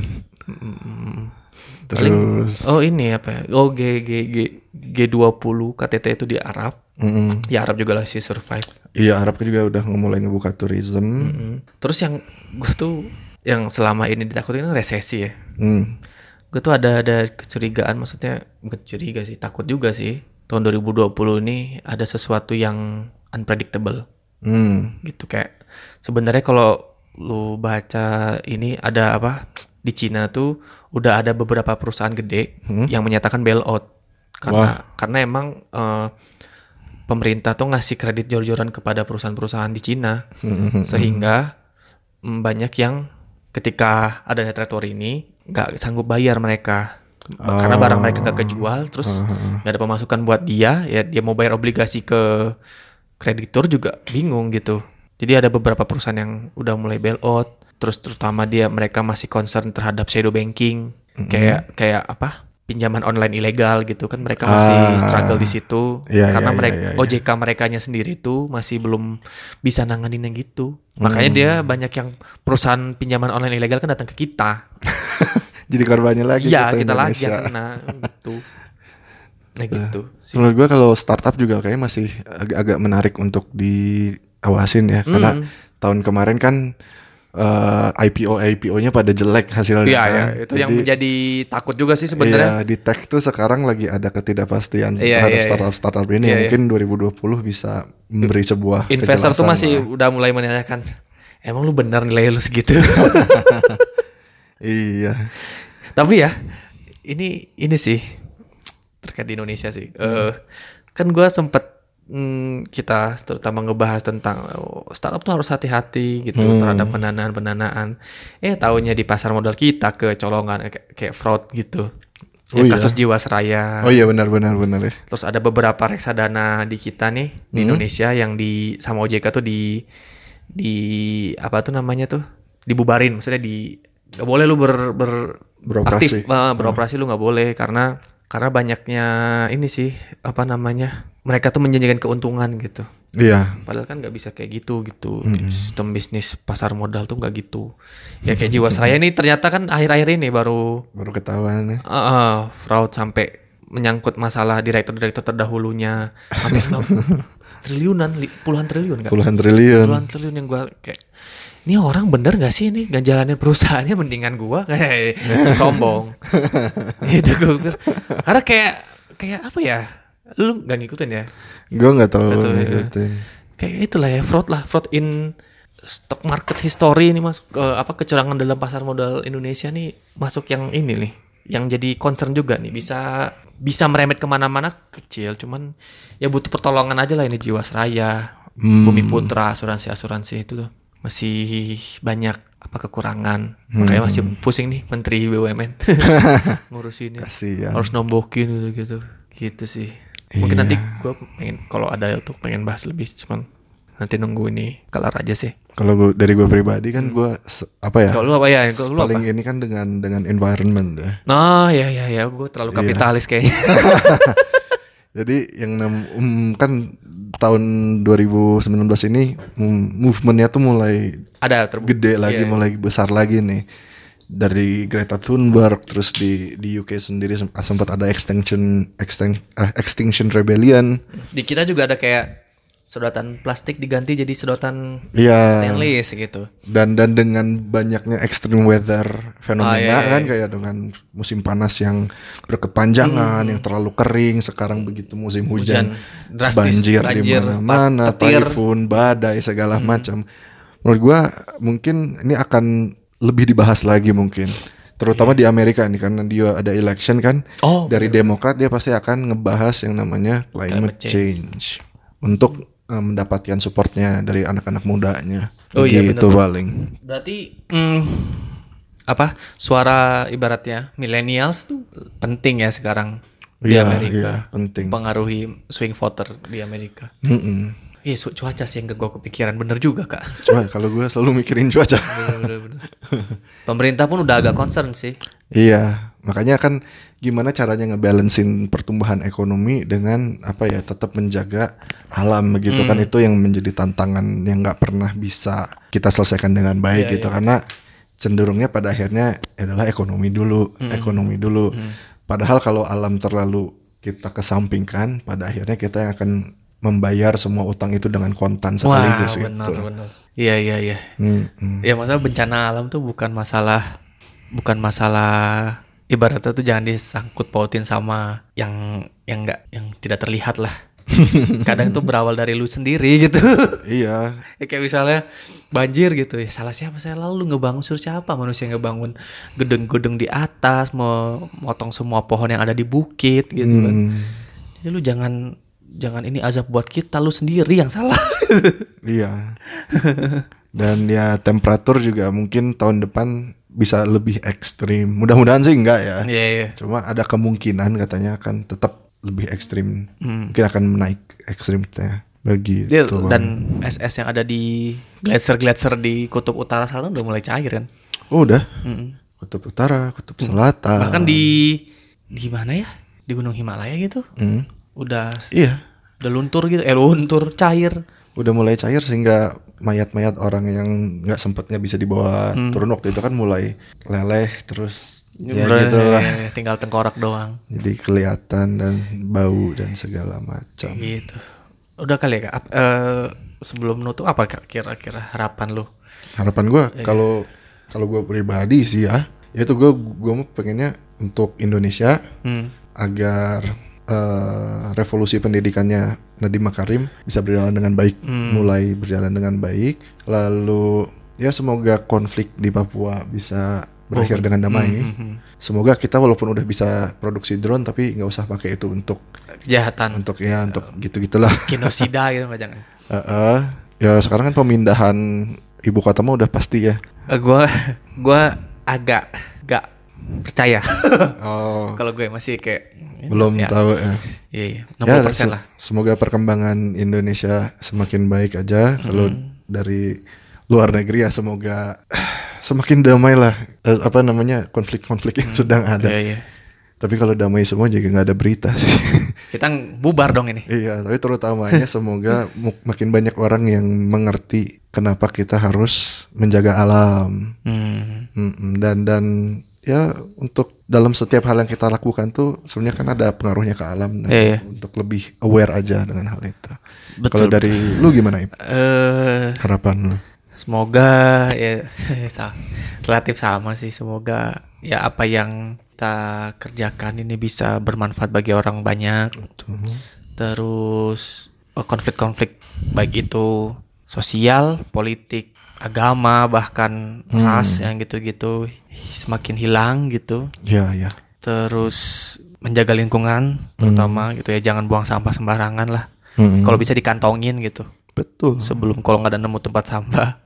Paling- Terus oh ini apa ya? Oh G G G G dua puluh K T T itu di Arab. mm-mm. Ya Arab juga masih survive. Iya Arab juga udah mulai ngebuka tourism. Hmm. Terus yang gue tuh yang selama ini ditakutin kan resesi ya. Hmm. Gue tuh ada ada kecurigaan, maksudnya bukan curiga sih, takut juga sih. Tahun dua ribu dua puluh ini ada sesuatu yang unpredictable Hmm. gitu kayak sebenarnya kalau lu baca ini ada apa di Cina tuh udah ada beberapa perusahaan gede yang menyatakan bailout karena karena emang eh, pemerintah tuh ngasih kredit jor-joran kepada perusahaan-perusahaan di Cina sehingga mm, banyak yang ketika adanya trade war ini nggak sanggup bayar mereka karena barang mereka nggak kejual terus nggak ada pemasukan buat dia ya dia mau bayar obligasi ke kreditur juga bingung gitu. Jadi ada beberapa perusahaan yang udah mulai bailout, terus terutama dia mereka masih concern terhadap shadow banking, kayak kayak apa? pinjaman online ilegal gitu kan, mereka masih Ah, struggle di situ iya, karena iya, mereka iya, iya. O J K merekanya sendiri tuh masih belum bisa nanganin yang gitu. Makanya dia banyak yang perusahaan pinjaman online ilegal kan datang ke kita. Jadi korbannya lagi Iya, kita kita lagi Indonesia. yang kena gitu. Nah gitu sih. Menurut gua kalau startup juga kayaknya masih agak-agak menarik untuk diawasin ya, karena Hmm. tahun kemarin kan eh, I P O I P O-nya pada jelek hasilnya Iya kan. ya, itu yang Jadi, menjadi takut juga sih sebenarnya. iya, di tech tuh sekarang lagi ada ketidakpastian Iya, terhadap iya, iya. startup-startup ini. Iya, iya. Mungkin dua ribu dua puluh bisa memberi sebuah Investor tuh kejelasan masih lah. udah mulai menanyakan, emang lu benar nilai lu segitu? Iya. Tapi ya, ini ini sih terkait di Indonesia sih. Eh, kan gue sempet mm, kita terutama ngebahas tentang oh, startup tuh harus hati-hati gitu terhadap pendanaan-pendanaan. Eh taunya di pasar modal kita kecolongan eh, kayak, kayak fraud gitu. Oh Ya, iya. kasus Jiwasraya. Oh iya benar-benar benar ya. Terus ada beberapa reksadana di kita nih di Indonesia yang di sama O J K tuh di di apa tuh namanya tuh dibubarin, maksudnya di nggak boleh lu ber, ber Beroperasi. aktif ah, beroperasi lu nggak boleh karena karena banyaknya ini sih apa namanya mereka tuh menjanjikan keuntungan gitu. Iya. Padahal kan nggak bisa kayak gitu gitu. Sistem bisnis pasar modal tuh nggak gitu. Ya kayak Jiwasraya ini ternyata kan akhir-akhir ini baru Baru ketahuan ya. uh, uh, fraud sampai menyangkut masalah direktur-direktur terdahulunya hampir lima triliunan, li- puluhan triliun kan? Puluhan triliun. Puluhan triliun yang gua kayak ini orang bener gak sih ini ngejalanin perusahaannya mendingan gua kayak si sombong. Gitu gue pikir. Karena kayak kayak apa ya? Lu nggak ngikutin ya? Gue nggak terlalu Betul, ya. ngikutin. Kayak itulah ya fraud lah, fraud in stock market history ini masuk ke apa kecurangan dalam pasar modal Indonesia nih masuk yang ini nih, yang jadi concern juga nih bisa bisa merembet kemana-mana kecil, cuman ya butuh pertolongan aja lah ini Jiwasraya, Hmm. Bumi Putra, asuransi-asuransi itu tuh masih banyak apa kekurangan, makanya masih pusing nih Menteri B U M N ngurusin ya, Kasihan. harus nombokin gitu gitu, gitu sih. Mungkin Iya. nanti gue pengen kalau ada untuk pengen bahas lebih, cuman nanti nunggu ini kelar aja sih. Kalau gua, dari gue pribadi kan gue apa ya? Kalau lu apa ya? Kalau lu apa? Paling ini kan dengan dengan environment ya. Nah, ya ya ya, gue terlalu kapitalis kayaknya. Jadi yang nam- um, kan tahun dua ribu sembilan belas ini um, movementnya tuh mulai Ada terbu- gede lagi, iya, iya. mulai besar lagi nih. Dari Greta Thunberg, terus di di U K sendiri sem- sempat ada extinction extin- eh, extinction rebellion. Di kita juga ada kayak sedotan plastik diganti jadi sedotan Iya. stainless gitu. Dan dan dengan banyaknya extreme weather fenomena Ah, iya, iya, kan iya. kayak dengan musim panas yang berkepanjangan, yang terlalu kering, sekarang begitu musim hujan, Hujan drastis, banjir, banjir, di mana-mana, pat- petir. typhoon, badai segala macam. Menurut gua mungkin ini akan lebih dibahas lagi mungkin. Terutama di Amerika nih karena dia ada election kan. Oh, Dari Demokrat dia pasti akan ngebahas yang namanya climate, Climate change. change. Untuk eh, mendapatkan supportnya dari anak-anak mudanya. Oh iya, Gitu benar. paling. Berarti hmm, apa suara ibaratnya millennials tuh penting ya sekarang di Iya, Amerika. iya, penting. Pengaruhi swing voter di Amerika. Mm-mm. Iya, su- cuaca sih yang gue kepikiran, bener juga kak. Cuma kalau gue selalu mikirin cuaca. Bener-bener. Pemerintah pun udah agak concern sih. Iya, makanya kan gimana caranya ngebalancein pertumbuhan ekonomi dengan apa ya tetap menjaga alam begitu kan, itu yang menjadi tantangan yang nggak pernah bisa kita selesaikan dengan baik Iya, gitu karena cenderungnya pada akhirnya adalah ekonomi dulu, ekonomi dulu. Padahal kalau alam terlalu kita kesampingkan, pada akhirnya kita yang akan membayar semua utang itu dengan kontan Wah, sekaligus benar gitu. benar. Iya iya iya. Hmm, hmm. Ya masalah bencana alam tuh bukan masalah bukan masalah ibaratnya tuh jangan disangkut pautin sama yang yang enggak yang tidak terlihat lah. Kadang tuh berawal dari lu sendiri gitu. Iya, Ya, kayak misalnya banjir gitu ya, salah siapa? Saya lalu ngebangun, suruh siapa manusia yang ngebangun gedung-gedung di atas, mau motong semua pohon yang ada di bukit gitu kan. Hmm, Jadi lu jangan jangan ini azab buat kita, lu sendiri yang salah. iya. Dan ya temperatur juga mungkin tahun depan bisa lebih ekstrim. Mudah-mudahan sih enggak ya. Iya iya. Cuma ada kemungkinan katanya akan tetap lebih ekstrim. Mungkin akan menaik ekstrimnya. Begitu. Dia, Bang. dan es-es yang ada di glacier-glacier di kutub utara sana udah mulai cair kan. Oh, udah. Mm-mm. Kutub utara, kutub selatan. Bahkan di di mana ya? Di Gunung Himalaya gitu. Hmm. Udah Iya, udah luntur gitu. Eh luntur, cair. udah mulai cair sehingga mayat-mayat orang yang nggak sempet nggak bisa dibawa Hmm. turun waktu itu kan mulai leleh terus ya Bro, gitu lah. eh, tinggal tengkorak doang. Jadi kelihatan dan bau dan segala macam. Gitu. Udah kali ya Kak. Ap- eh, sebelum menutup apa Kak kira-kira harapan lu? Harapan gue kalau kalau gue pribadi sih ya, itu gue gue mau pengennya untuk Indonesia Hmm. agar eh, revolusi pendidikannya Nadiem Makarim bisa berjalan dengan baik, mulai berjalan dengan baik. Lalu ya semoga konflik di Papua bisa berakhir dengan damai. Semoga kita walaupun udah bisa produksi drone tapi nggak usah pakai itu untuk Kejahatan. untuk ya untuk gitu-gitulah. Genosida gitu Pak, jangan. Heeh. Ya sekarang kan pemindahan ibu kota mah udah pasti ya. Eh, gua gua agak gak percaya. Oh. Kalau gue masih kayak Belum ya. tahu ya. Iya, iya. enam puluh persen se- lah. Semoga perkembangan Indonesia semakin baik aja. Kalau dari luar negeri ya semoga semakin damai lah. Eh, apa namanya konflik-konflik yang sedang ada. Iya, iya. Tapi kalau damai semua juga nggak ada berita sih. Kita bubar dong ini. Iya, tapi terutamanya semoga mu- makin banyak orang yang mengerti kenapa kita harus menjaga alam. Hmm. Mm-mm, dan dan ya untuk dalam setiap hal yang kita lakukan tuh sebenarnya kan ada pengaruhnya ke alam. Nah, Iya, iya. untuk lebih aware aja dengan hal itu. Betul, Kalau dari lu gimana, Ip? Eh, Harapan lu? semoga ya sa- relatif sama sih. Semoga ya apa yang kita kerjakan ini bisa bermanfaat bagi orang banyak. Tuh. Terus eh, konflik-konflik baik itu sosial, politik, agama, bahkan ras yang gitu-gitu semakin hilang gitu. Ya, ya. Terus menjaga lingkungan terutama gitu ya, jangan buang sampah sembarangan lah. Mm-mm. Kalau bisa dikantongin gitu Betul. sebelum kalau nggak ada nemu tempat sampah.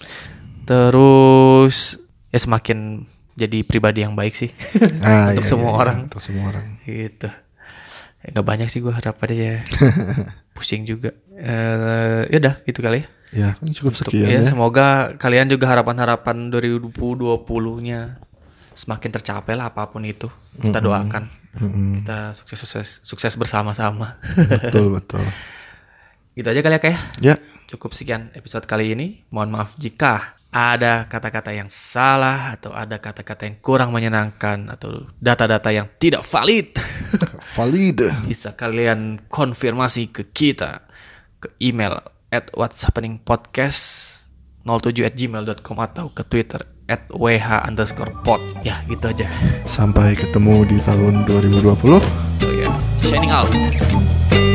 Terus ya semakin jadi pribadi yang baik sih Ah, untuk iya, semua iya, orang iya, untuk semua orang. gitu. Ya, nggak banyak sih gue harapannya ya. Pusing juga. Eh, ya udah gitu kali ya. Ya, kan cukup Untuk- sekian ya, ya. semoga kalian juga harapan-harapan dua ribu dua puluh-nya semakin tercapai lah apapun itu. Kita doakan. Mm-mm. Kita sukses-sukses sukses bersama-sama. Betul, betul. Gitu aja kali ya kayak. Ya, Cukup sekian episode kali ini. Mohon maaf jika ada kata-kata yang salah atau ada kata-kata yang kurang menyenangkan atau data-data yang tidak valid. valid. Bisa kalian konfirmasi ke kita ke email at whatshappeningpodcast nol tujuh at gmail dot com atau ke Twitter at wh underscore pod. Ya gitu aja. Sampai ketemu di tahun dua ribu dua puluh. So ya, shining out.